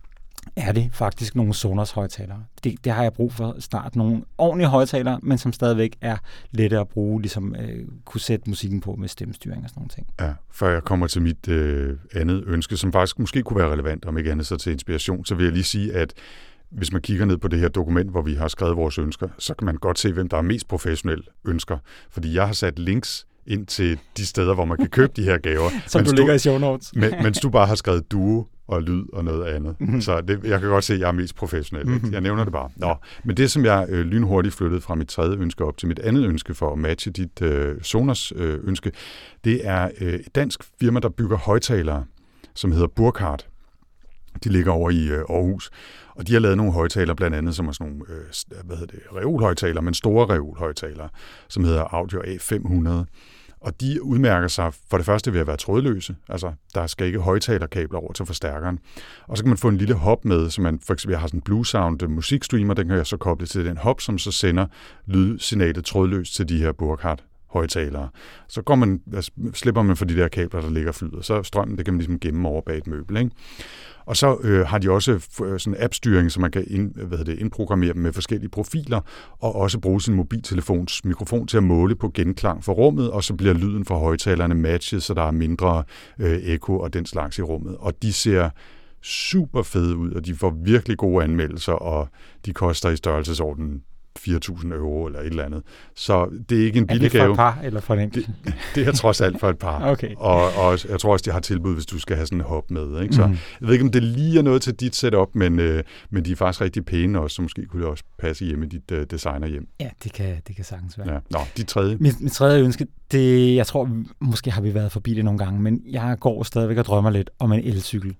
er det faktisk nogle Sonos højtalere. Det har jeg brug for snart. Nogle ordentlige højtalere, men som stadigvæk er lette at bruge, ligesom kunne sætte musikken på med stemmestyring og sådan nogle ting. Ja, før jeg kommer til mit andet ønske, som faktisk måske kunne være relevant, om ikke andet så til inspiration, så vil jeg lige sige, at hvis man kigger ned på det her dokument, hvor vi har skrevet vores ønsker, så kan man godt se, hvem der er mest professionelle ønsker. Fordi jeg har sat links ind til de steder, hvor man kan købe de her gaver. Som du ligger i show notes. Mens du bare har skrevet duo og lyd og noget andet. Mm-hmm. Så jeg kan godt se, at jeg er mest professionel. Mm-hmm. Jeg nævner det bare. Nå, men det, som jeg lynhurtigt flyttede fra mit tredje ønske op til mit andet ønske for at matche dit Sonos ønske, det er et dansk firma, der bygger højtalere, som hedder Burkhardt. De ligger over i Aarhus, og de har lavet nogle højtalere, blandt andet som er sådan nogle reolhøjtalere, men store reolhøjtalere, som hedder Audio A500. Og de udmærker sig for det første ved at være trådløse, altså der skal ikke højtalerkabler over til forstærkeren. Og så kan man få en lille hop med, så man for eksempel har sådan en Blue Sound musikstreamer, den kan jeg så koble til den hop, som så sender lydsignalet trådløst til de her Burkhardt højtalere. Så slipper man for de der kabler, der ligger og flyder. Så strømmen, det kan man ligesom gemme over bag et møbel, ikke? Og så har de også sådan en app-styring, så man kan indprogrammere dem med forskellige profiler, og også bruge sin mobiltelefons mikrofon til at måle på genklang for rummet, og så bliver lyden fra højtalerne matchet, så der er mindre ekko og den slags i rummet. Og de ser super fede ud, og de får virkelig gode anmeldelser, og de koster i størrelsesorden 4.000 euro eller et eller andet. Så det er ikke en billig gave. Er det for et par eller for en enkelt? Det er trods alt for et par. Okay. Og jeg tror også, de har tilbud, hvis du skal have sådan en hop med. Ikke? Så jeg ved ikke, om det lige er noget til dit setup, men de er faktisk rigtig pæne også, så måske kunne det også passe hjemme i dit designerhjem. Ja, det kan sagtens være. Ja. Nå, dit tredje? Mit tredje ønske, jeg tror, måske har vi været forbi det nogle gange, men jeg går stadigvæk og drømmer lidt om en elcykel.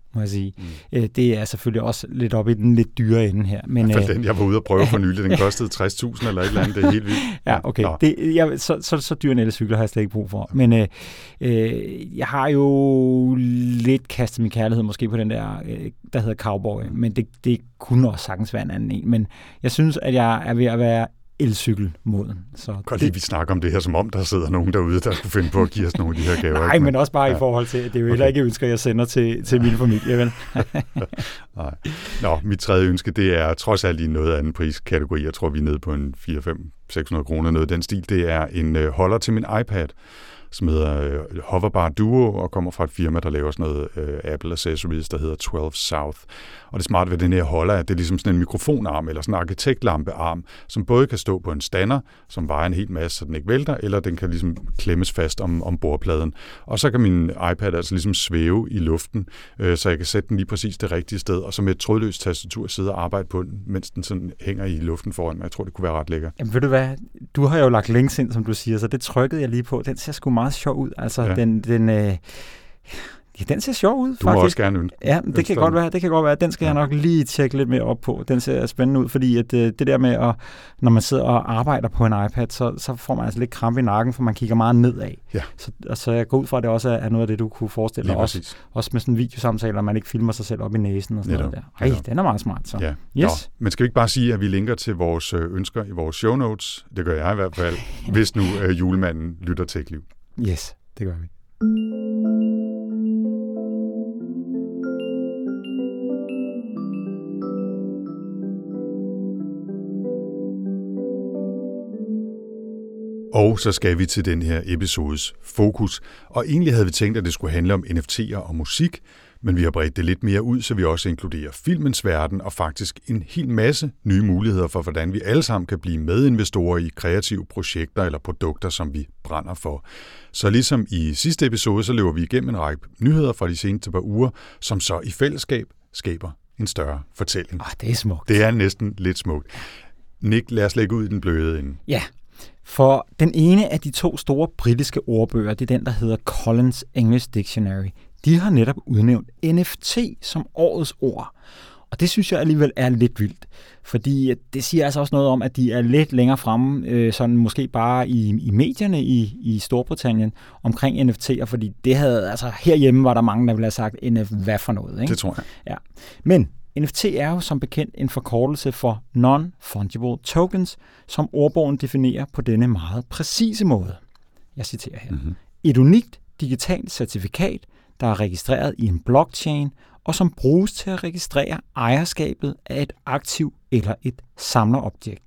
må jeg sige. Det er selvfølgelig også lidt oppe i den lidt dyre ende her. Men, den, jeg var ude og prøve for nylig, den kostede 60.000 eller et eller andet, det er helt vildt. Ja, okay. Så dyr en elcykel har jeg slet ikke brug for. Men jeg har jo lidt kastet min kærlighed måske på den der hedder Cowboy, men det kunne også sagtens være en anden en. Men jeg synes, at jeg er ved at være elcykelmoden. Godt lige, vi snakker om det her, som om der sidder nogen derude, der kunne finde på at give os nogle af de her gaver. Nej, men også bare i forhold til, at det er jo heller ikke ønsker, jeg sender til min familie, vel? Nej. Nå, mit tredje ønske, det er trods alt i noget anden priskategori. Jeg tror, vi er nede på en 400-600 kroner, noget af den stil. Det er en holder til min iPad, som hedder Hoverbar Duo, og kommer fra et firma, der laver sådan noget Apple Accessories, der hedder 12 South. Og det smarte ved den her holder er, at det er ligesom sådan en mikrofonarm, eller sådan en arkitektlampearm, som både kan stå på en stander, som vejer en hel masse, så den ikke vælter, eller den kan ligesom klemmes fast om bordpladen. Og så kan min iPad altså ligesom svæve i luften, så jeg kan sætte den lige præcis det rigtige sted, og så med et trådløst tastatur sidde og arbejde på den, mens den sådan hænger i luften foran mig. Jeg tror, det kunne være ret lækkert. Jamen ved du hvad, du har jo lagt links ind, som du siger, så det trykkede jeg lige på. Den ser sgu meget sjov ud. Altså, ja. Den ser sjov ud, faktisk. Du må også gerne ønske. Ja, det kan godt være. Den skal jeg nok lige tjekke lidt mere op på. Den ser spændende ud, fordi at det der med, at når man sidder og arbejder på en iPad, så får man altså lidt krampe i nakken, for man kigger meget nedad. Ja. Så jeg går ud fra, at det også er noget af det, du kunne forestille dig. Også med sådan en videosamtale, man ikke filmer sig selv op i næsen og sådan noget der. Ej, den er meget smart, så. Ja. Yes. Men skal vi ikke bare sige, at vi linker til vores ønsker i vores show notes? Det gør jeg i hvert fald, hvis nu julemanden lytter TechLiv. Yes, det gør vi. Og så skal vi til den her episodes fokus. Og egentlig havde vi tænkt, at det skulle handle om NFT'er og musik, men vi har bredt det lidt mere ud, så vi også inkluderer filmens verden og faktisk en hel masse nye muligheder for, hvordan vi alle sammen kan blive medinvestorer i kreative projekter eller produkter, som vi brænder for. Så ligesom i sidste episode, så løber vi igennem en række nyheder fra de seneste par uger, som så i fællesskab skaber en større fortælling. Det er smukt. Det er næsten lidt smukt. Nick, lad os lægge ud i den bløde ende. Ja. For den ene af de 2 store britiske ordbøger, det er den, der hedder Collins English Dictionary. De har netop udnævnt NFT som årets ord. Og det synes jeg alligevel er lidt vildt. Fordi det siger altså også noget om, at de er lidt længere fremme, sådan måske bare i medierne i Storbritannien, omkring NFT'er. Fordi det havde, altså herhjemme var der mange, der ville have sagt, hvad for noget, ikke? Det tror jeg. Ja. Men NFT er jo som bekendt en forkortelse for Non-Fungible Tokens, som ordbogen definerer på denne meget præcise måde. Jeg citerer her. Mm-hmm. Et unikt digitalt certifikat, der er registreret i en blockchain, og som bruges til at registrere ejerskabet af et aktiv eller et samlerobjekt.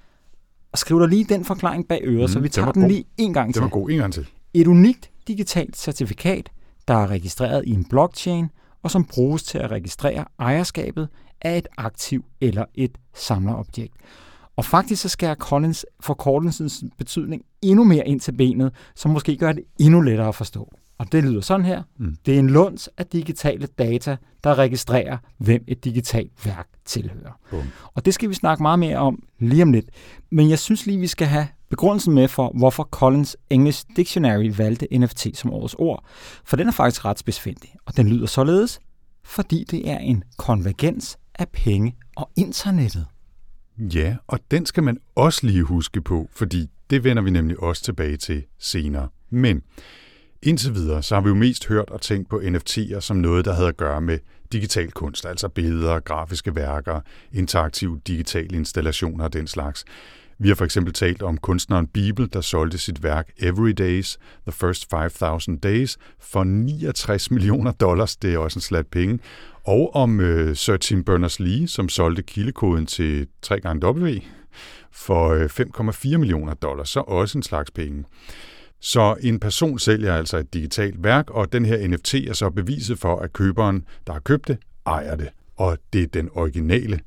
Og skriv dig lige den forklaring bag øret, så vi tager den lige en gang til. Det var god, en gang til. Et unikt digitalt certifikat, der er registreret i en blockchain, og som bruges til at registrere ejerskabet af et aktiv eller et samlerobjekt. Og faktisk så skærer Collins forkortelsens betydning endnu mere ind til benet, som måske gør det endnu lettere at forstå. Og det lyder sådan her. Det er en luns af digitale data, der registrerer, hvem et digitalt værk tilhører. Og det skal vi snakke meget mere om lige om lidt. Men jeg synes lige, vi skal have begrundelsen med for, hvorfor Collins English Dictionary valgte NFT som årets ord. For den er faktisk ret spidsfindig. Og den lyder således, fordi det er en konvergens af penge og internettet. Ja, og den skal man også lige huske på, fordi det vender vi nemlig også tilbage til senere. Men indtil videre, så har vi jo mest hørt og tænkt på NFT'er som noget, der havde at gøre med digital kunst, altså billeder, grafiske værker, interaktive digitale installationer og den slags. Vi har for eksempel talt om kunstneren Bibel, der solgte sit værk Every Days, The First 5,000 Days, for $69 millioner. Det er også en slat penge. Og om Sir Tim Berners-Lee, som solgte kildekoden til 3xW for $5,4 millioner. Så også en slags penge. Så en person sælger altså et digitalt værk, og den her NFT er så beviset for, at køberen, der har købt det, ejer det. Og det er den originale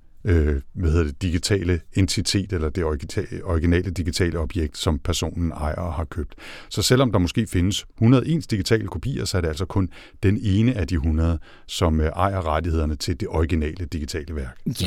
digitale entitet, eller det originale digitale objekt, som personen ejer og har købt. Så selvom der måske findes 101 digitale kopier, så er det altså kun den ene af de 100, som ejer rettighederne til det originale digitale værk. Ja,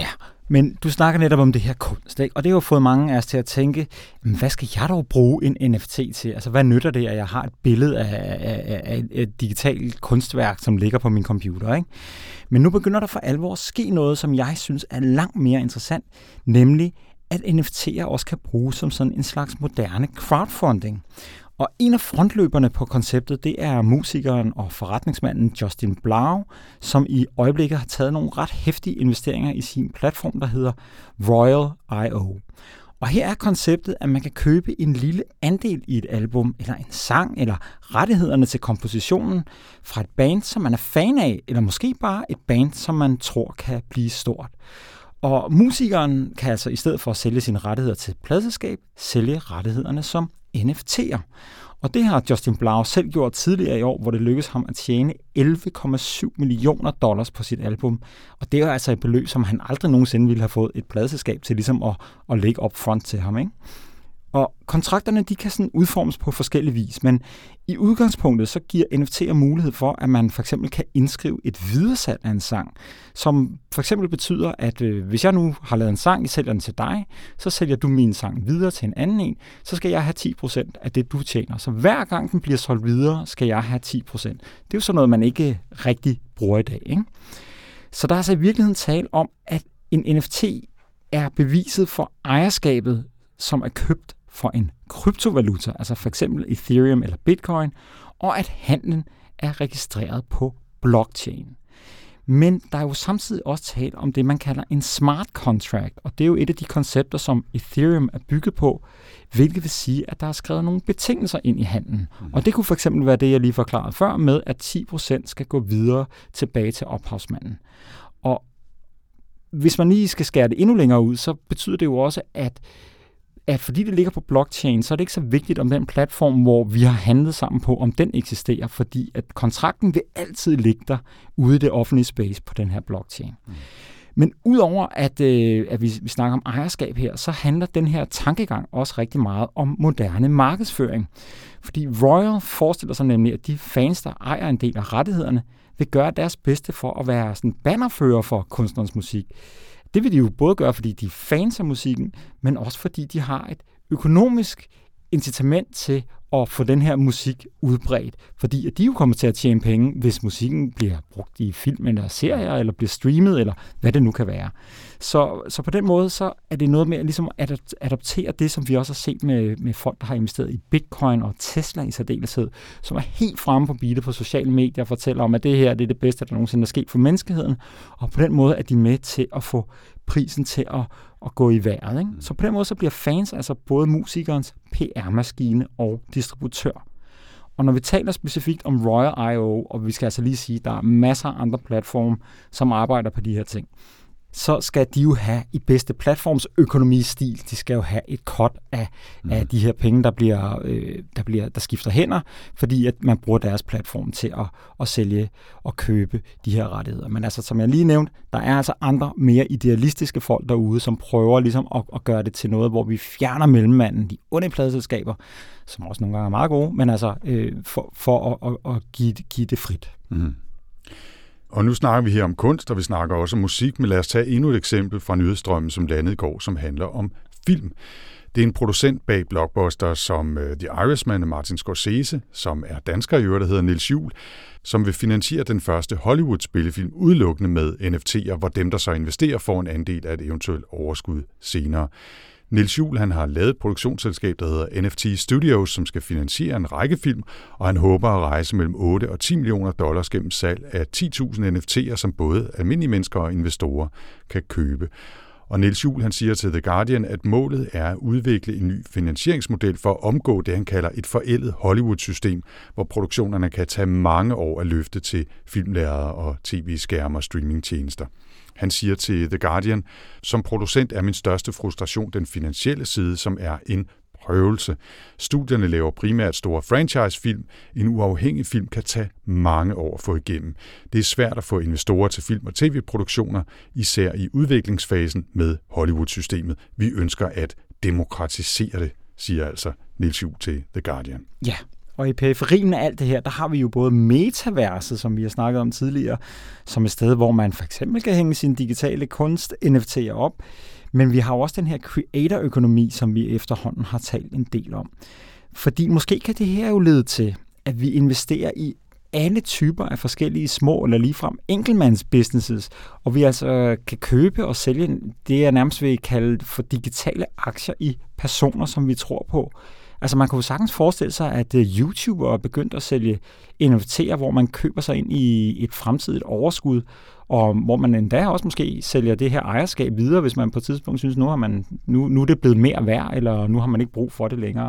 Men du snakker netop om det her kunst, ikke? Og det har jo fået mange af os til at tænke, hvad skal jeg dog bruge en NFT til? Altså, hvad nytter det, at jeg har et billede af et digitalt kunstværk, som ligger på min computer, ikke? Men nu begynder der for alvor at ske noget, som jeg synes er langt mere interessant, nemlig at NFT'er også kan bruges som sådan en slags moderne crowdfunding. Og en af frontløberne på konceptet, det er musikeren og forretningsmanden Justin Blau, som i øjeblikket har taget nogle ret heftige investeringer i sin platform, der hedder Royal.io. Og her er konceptet, at man kan købe en lille andel i et album, eller en sang, eller rettighederne til kompositionen fra et band, som man er fan af, eller måske bare et band, som man tror kan blive stort. Og musikeren kan altså i stedet for at sælge sine rettigheder til et pladeselskab, sælge rettighederne som NFT'er. Og det har Justin Blau selv gjort tidligere i år, hvor det lykkedes ham at tjene $11,7 millioner på sit album. Og det er altså et beløb, som han aldrig nogensinde ville have fået et pladeselskab til ligesom at lægge up front til ham, ikke? Og kontrakterne, de kan sådan udformes på forskellige vis, men i udgangspunktet så giver NFT'er mulighed for, at man for eksempel kan indskrive et videresalg af en sang, som for eksempel betyder, at hvis jeg nu har lavet en sang, jeg sælger den til dig, så sælger du min sang videre til en anden en, så skal jeg have 10% af det, du tjener. Så hver gang den bliver solgt videre, skal jeg have 10%. Det er jo sådan noget, man ikke rigtig bruger i dag, ikke? Så der er altså i virkeligheden tale om, at en NFT er beviset for ejerskabet, som er købt for en kryptovaluta, altså for eksempel Ethereum eller Bitcoin, og at handlen er registreret på blockchain. Men der er jo samtidig også tale om det, man kalder en smart contract, og det er jo et af de koncepter, som Ethereum er bygget på, hvilket vil sige, at der er skrevet nogle betingelser ind i handlen. Og det kunne for eksempel være det, jeg lige forklarede før, med at 10% skal gå videre tilbage til ophavsmanden. Og hvis man lige skal skære det endnu længere ud, så betyder det jo også, at fordi det ligger på blockchain, så er det ikke så vigtigt, om den platform, hvor vi har handlet sammen på, om den eksisterer, fordi at kontrakten vil altid ligge der ude i det offentlige space på den her blockchain. Men udover at vi snakker om ejerskab her, så handler den her tankegang også rigtig meget om moderne markedsføring. Fordi Royal forestiller sig nemlig, at de fans, der ejer en del af rettighederne, vil gøre deres bedste for at være sådan bannerfører for kunstnerens musik. Det vil de jo både gøre, fordi de er fans af musikken, men også fordi de har et økonomisk incitament til at få den her musik udbredt. Fordi at de jo kommer til at tjene penge, hvis musikken bliver brugt i film eller serier, eller bliver streamet, eller hvad det nu kan være. Så på den måde, så er det noget med at ligesom adoptere det, som vi også har set med folk, der har investeret i Bitcoin og Tesla i særdeleshed, som er helt fremme på beatet på sociale medier og fortæller om, at det her det er det bedste, der nogensinde er sket for menneskeheden. Og på den måde er de med til at få prisen til at gå i vejret, ikke? Så på den måde så bliver fans altså både musikernes PR-maskine og distributør. Og når vi taler specifikt om Royal.io, og vi skal altså lige sige, at der er masser af andre platforme, som arbejder på de her ting, så skal de jo have i bedste platformsøkonomistil, de skal jo have et cut af de her penge, der skifter hænder, fordi at man bruger deres platform til at sælge og købe de her rettigheder. Men altså, som jeg lige nævnte, der er altså andre mere idealistiske folk derude, som prøver ligesom at gøre det til noget, hvor vi fjerner mellemmanden, de onde pladeselskaber, som også nogle gange er meget gode, men altså for at give det frit. Mm. Og nu snakker vi her om kunst, og vi snakker også om musik, men lad os tage endnu et eksempel fra nyhedsstrømmen, som landede i går, som handler om film. Det er en producent bag blockbuster som The Irishman og Martin Scorsese, som er dansker i øvrigt, der hedder Niels Juhl, som vil finansiere den første Hollywood-spillefilm udelukkende med NFT'er, hvor dem, der så investerer, får en andel af et eventuelt overskud senere. Niels Juhl, han har lavet et produktionsselskab, der hedder NFT Studios, som skal finansiere en række film, og han håber at rejse mellem 8 og 10 millioner dollars gennem salg af 10.000 NFT'er, som både almindelige mennesker og investorer kan købe. Og Niels Juhl, han siger til The Guardian, at målet er at udvikle en ny finansieringsmodel for at omgå det, han kalder et forældet Hollywood-system, hvor produktionerne kan tage mange år at løfte til filmlærere og tv-skærme og streamingtjenester. Han siger til The Guardian, som producent er min største frustration den finansielle side, som er en prøvelse. Studierne laver primært store franchise-film. En uafhængig film kan tage mange år at få igennem. Det er svært at få investorer til film- og tv-produktioner, især i udviklingsfasen med Hollywood-systemet. Vi ønsker at demokratisere det, siger altså Niels Juhl til The Guardian. Ja, Og i periferien af alt det her, der har vi jo både metaverset, som vi har snakket om tidligere, som et sted, hvor man for eksempel kan hænge sin digitale kunst NFT'er op. Men vi har jo også den her creator-økonomi, som vi efterhånden har talt en del om. Fordi måske kan det her jo lede til, at vi investerer i alle typer af forskellige små eller ligefrem enkeltmandsbusinesses, og vi altså kan købe og sælge det, jeg nærmest vil kalde for digitale aktier i personer, som vi tror på. Altså man kunne sagtens forestille sig, at YouTuber er begyndt at sælge NFT'er, hvor man køber sig ind i et fremtidigt overskud, og hvor man endda også måske sælger det her ejerskab videre, hvis man på et tidspunkt synes, nu er det blevet mere værd, eller nu har man ikke brug for det længere.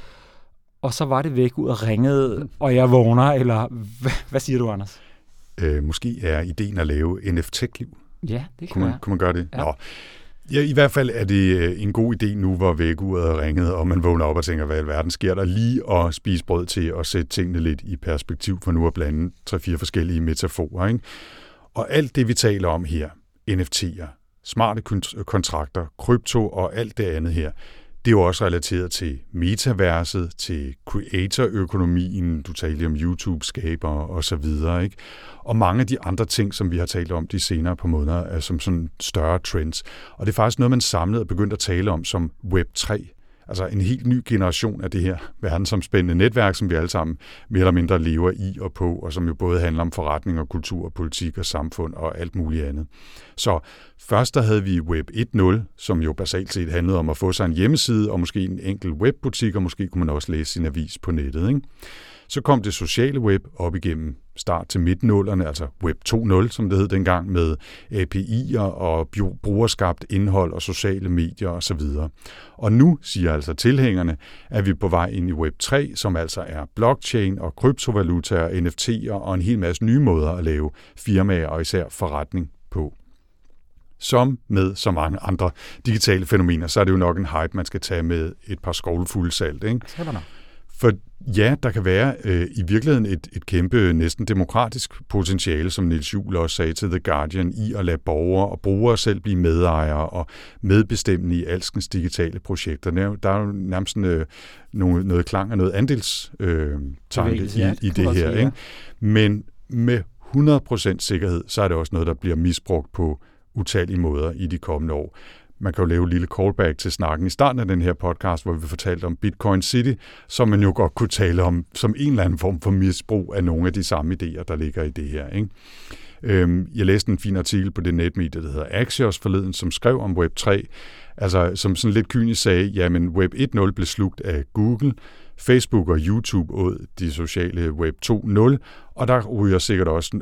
Og så var det væk ud og ringede, og jeg vågner, eller hvad siger du, Anders? Måske er ideen at lave NFT-liv. Ja, det kan være. Kunne man gøre det? Ja. Nå. Ja, i hvert fald er det en god idé nu, hvor vækkeuret er ringet, og man vågner op og tænker, hvad i alverden sker der, lige at spise brød til at sætte tingene lidt i perspektiv, for nu at blande 3-4 forskellige metaforer. Ikke? Og alt det, vi taler om her, NFT'er, smarte kontrakter, krypto og alt det andet her, det er jo også relateret til metaverset, til creator-økonomien, du talte om YouTube-skaber og så videre, ikke? Og mange af de andre ting, som vi har talt om de senere på måneder, er som sådan større trends. Og det er faktisk noget, man samlet og begyndt at tale om som Web3. Altså en helt ny generation af det her verdensomspændende netværk, som vi alle sammen mere eller mindre lever i og på, og som jo både handler om forretning og kultur, politik og samfund og alt muligt andet. Så først der havde vi Web 1.0, som jo basalt set handlede om at få sig en hjemmeside og måske en enkelt webbutik, og måske kunne man også læse sin avis på nettet, ikke? Så kom det sociale web op igennem start til midt-nullerne, altså Web 2.0, som det hed dengang, med API'er og brugerskabt indhold og sociale medier osv. Og nu, siger altså tilhængerne, er vi på vej ind i Web 3, som altså er blockchain og kryptovalutaer, NFT'er og en hel masse nye måder at lave firmaer og især forretning på. Som med så mange andre digitale fænomener, så er det jo nok en hype, man skal tage med et par skovlfulde salt, ikke? For ja, der kan være i virkeligheden et kæmpe, næsten demokratisk potentiale, som Niels Juhl også sagde til The Guardian, i at lade borgere og brugere selv blive medejere og medbestemmende i alskens digitale projekter. Der er jo nærmest noget klang og noget andelstanke i det her. Ikke? Men med 100% sikkerhed, så er det også noget, der bliver misbrugt på utallige måder i de kommende år. Man kan jo lave et lille callback til snakken i starten af den her podcast, hvor vi fortalte om Bitcoin City, som man jo godt kunne tale om som en eller anden form for misbrug af nogle af de samme idéer, der ligger i det her. Ikke? Jeg læste en fin artikel på det netmedie, der hedder Axios forleden, som skrev om Web 3, altså som sådan lidt kynisk sagde, jamen Web 1.0 blev slugt af Google, Facebook og YouTube ud de sociale Web 2.0, og der er sikkert også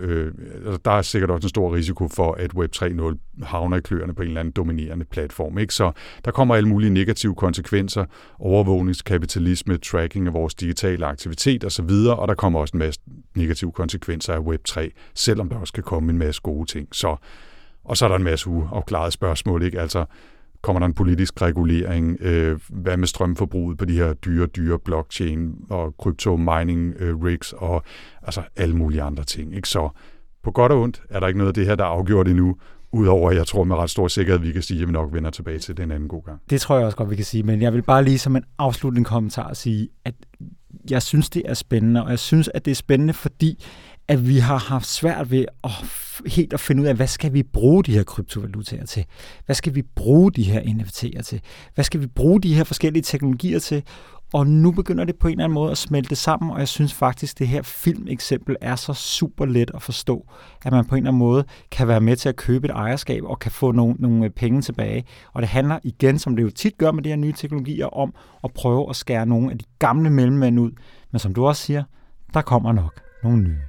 en stor risiko for, at Web 3.0 havner i kløerne på en eller anden dominerende platform. Ikke? Så der kommer alle mulige negative konsekvenser, overvågningskapitalisme, tracking af vores digitale aktivitet osv., og der kommer også en masse negative konsekvenser af Web 3, selvom der også kan komme en masse gode ting. Og så er der en masse uafklarede spørgsmål, ikke? Altså, kommer der en politisk regulering? Hvad med strømforbruget på de her dyre blockchain og crypto-mining rigs og altså alle mulige andre ting. Ikke? Så på godt og ondt er der ikke noget af det her, der er afgjort endnu, udover, jeg tror med ret stor sikkerhed, vi kan sige, at vi nok vender tilbage til den anden god gang. Det tror jeg også godt, vi kan sige, men jeg vil bare lige som en afslutning kommentar sige, at jeg synes, det er spændende, og jeg synes, at det er spændende, fordi at vi har haft svært ved helt at finde ud af, hvad skal vi bruge de her kryptovalutaer til? Hvad skal vi bruge de her NFT'er til? Hvad skal vi bruge de her forskellige teknologier til? Og nu begynder det på en eller anden måde at smelte sammen, og jeg synes faktisk, at det her filmeksempel er så super let at forstå, at man på en eller anden måde kan være med til at købe et ejerskab og kan få nogle penge tilbage. Og det handler igen, som det jo tit gør med de her nye teknologier, om at prøve at skære nogle af de gamle mellemmænd ud. Men som du også siger, der kommer nok nogle nye.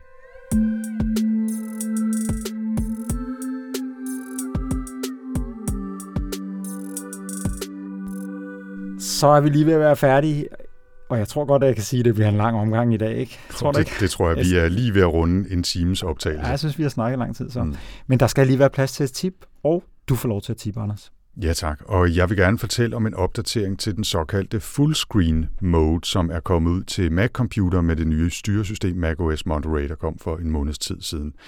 Så er vi lige ved at være færdige, og jeg tror godt, at jeg kan sige, at det bliver en lang omgang i dag, ikke? Det tror jeg, vi er lige ved at runde en times optagelse. Ja, jeg synes, vi har snakket lang tid så. Men der skal lige være plads til et tip, og du får lov til at tippe, Anders. Ja tak, og jeg vil gerne fortælle om en opdatering til den såkaldte fullscreen mode, som er kommet ud til Mac-computer med det nye styresystem macOS Monterey, der kom for en måneds tid siden.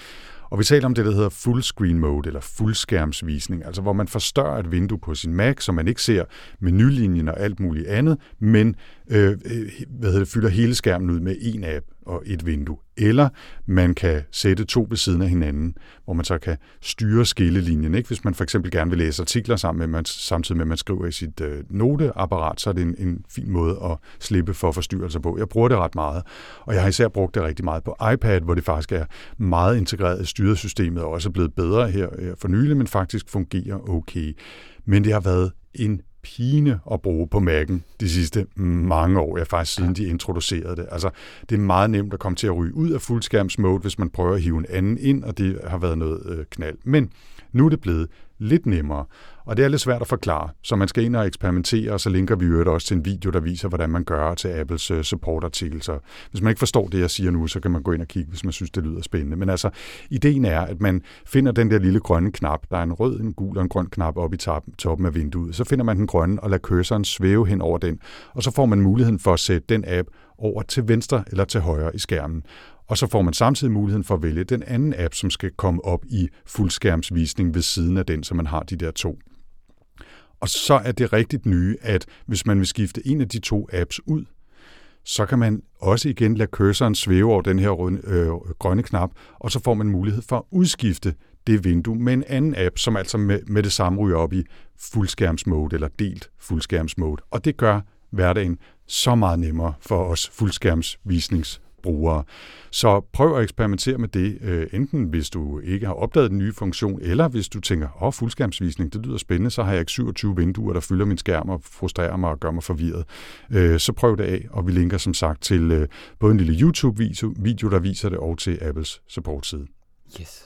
Og vi taler om det, der hedder fullscreen mode, eller fuldskærmsvisning, altså hvor man forstørrer et vindue på sin Mac, så man ikke ser menulinjen og alt muligt andet, men fylder hele skærmen ud med en app og et vindue. Eller man kan sætte 2 ved siden af hinanden, hvor man så kan styre skillelinjen. Ikke? Hvis man for eksempel gerne vil læse artikler samtidig med, at man skriver i sit noteapparat, så er det en fin måde at slippe for forstyrrelser på. Jeg bruger det ret meget, og jeg har især brugt det rigtig meget på iPad, hvor det faktisk er meget integreret i styresystemet, og også er blevet bedre her for nylig, men faktisk fungerer okay. Men det har været en pine at bruge på Mac'en de sidste mange år, faktisk siden de introducerede det. Altså, det er meget nemt at komme til at ryge ud af fuldskærmsmode, hvis man prøver at hive en anden ind, og det har været noget knald. Men nu er det blevet lidt nemmere, og det er lidt svært at forklare, så man skal ind og eksperimentere, og så linker vi jo også til en video, der viser, hvordan man gør til Apples supportartikel. Så hvis man ikke forstår det, jeg siger nu, så kan man gå ind og kigge, hvis man synes, det lyder spændende. Men altså, ideen er, at man finder den der lille grønne knap, der er en rød, en gul og en grøn knap oppe i toppen af vinduet. Så finder man den grønne og lader cursoren svæve hen over den, og så får man muligheden for at sætte den app over til venstre eller til højre i skærmen. Og så får man samtidig muligheden for at vælge den anden app, som skal komme op i fuldskærmsvisning ved siden af den, så man har de der 2. Og så er det rigtigt nye, at hvis man vil skifte en af de 2 apps ud, så kan man også igen lade cursoren svæve over den her grønne knap, og så får man mulighed for at udskifte det vindue med en anden app, som altså med det samme ryger op i fuldskærmsmode eller delt fuldskærmsmode. Og det gør hverdagen så meget nemmere for os fuldskærmsvisningsbrugere. Så prøv at eksperimentere med det, enten hvis du ikke har opdaget den nye funktion, eller hvis du tænker, fuldskærmsvisning, det lyder spændende, så har jeg ikke 27 vinduer, der fylder min skærm og frustrerer mig og gør mig forvirret. Så prøv det af, og vi linker som sagt til både en lille YouTube-video, der viser det, og til Apples support-side. Yes.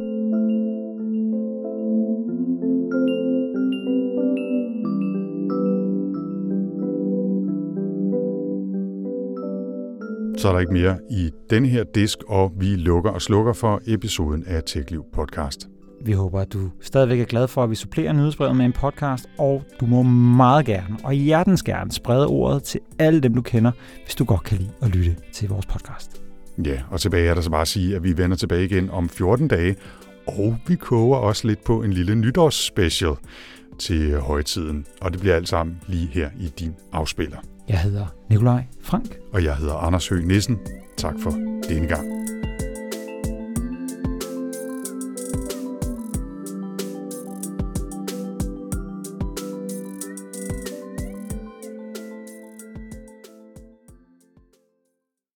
Så er der ikke mere i denne her disk, og vi lukker og slukker for episoden af TechLiv podcast. Vi håber, at du stadigvæk er glad for, at vi supplerer nyhedsbrevet med en podcast, og du må meget gerne og hjertens gerne sprede ordet til alle dem, du kender, hvis du godt kan lide at lytte til vores podcast. Ja, og tilbage er der så bare at sige, at vi vender tilbage igen om 14 dage, og vi koger også lidt på en lille nytårsspecial til højtiden, og det bliver alt sammen lige her i din afspiller. Jeg hedder Nikolaj Frank. Og jeg hedder Anders Høgh Nissen. Tak for denne gang.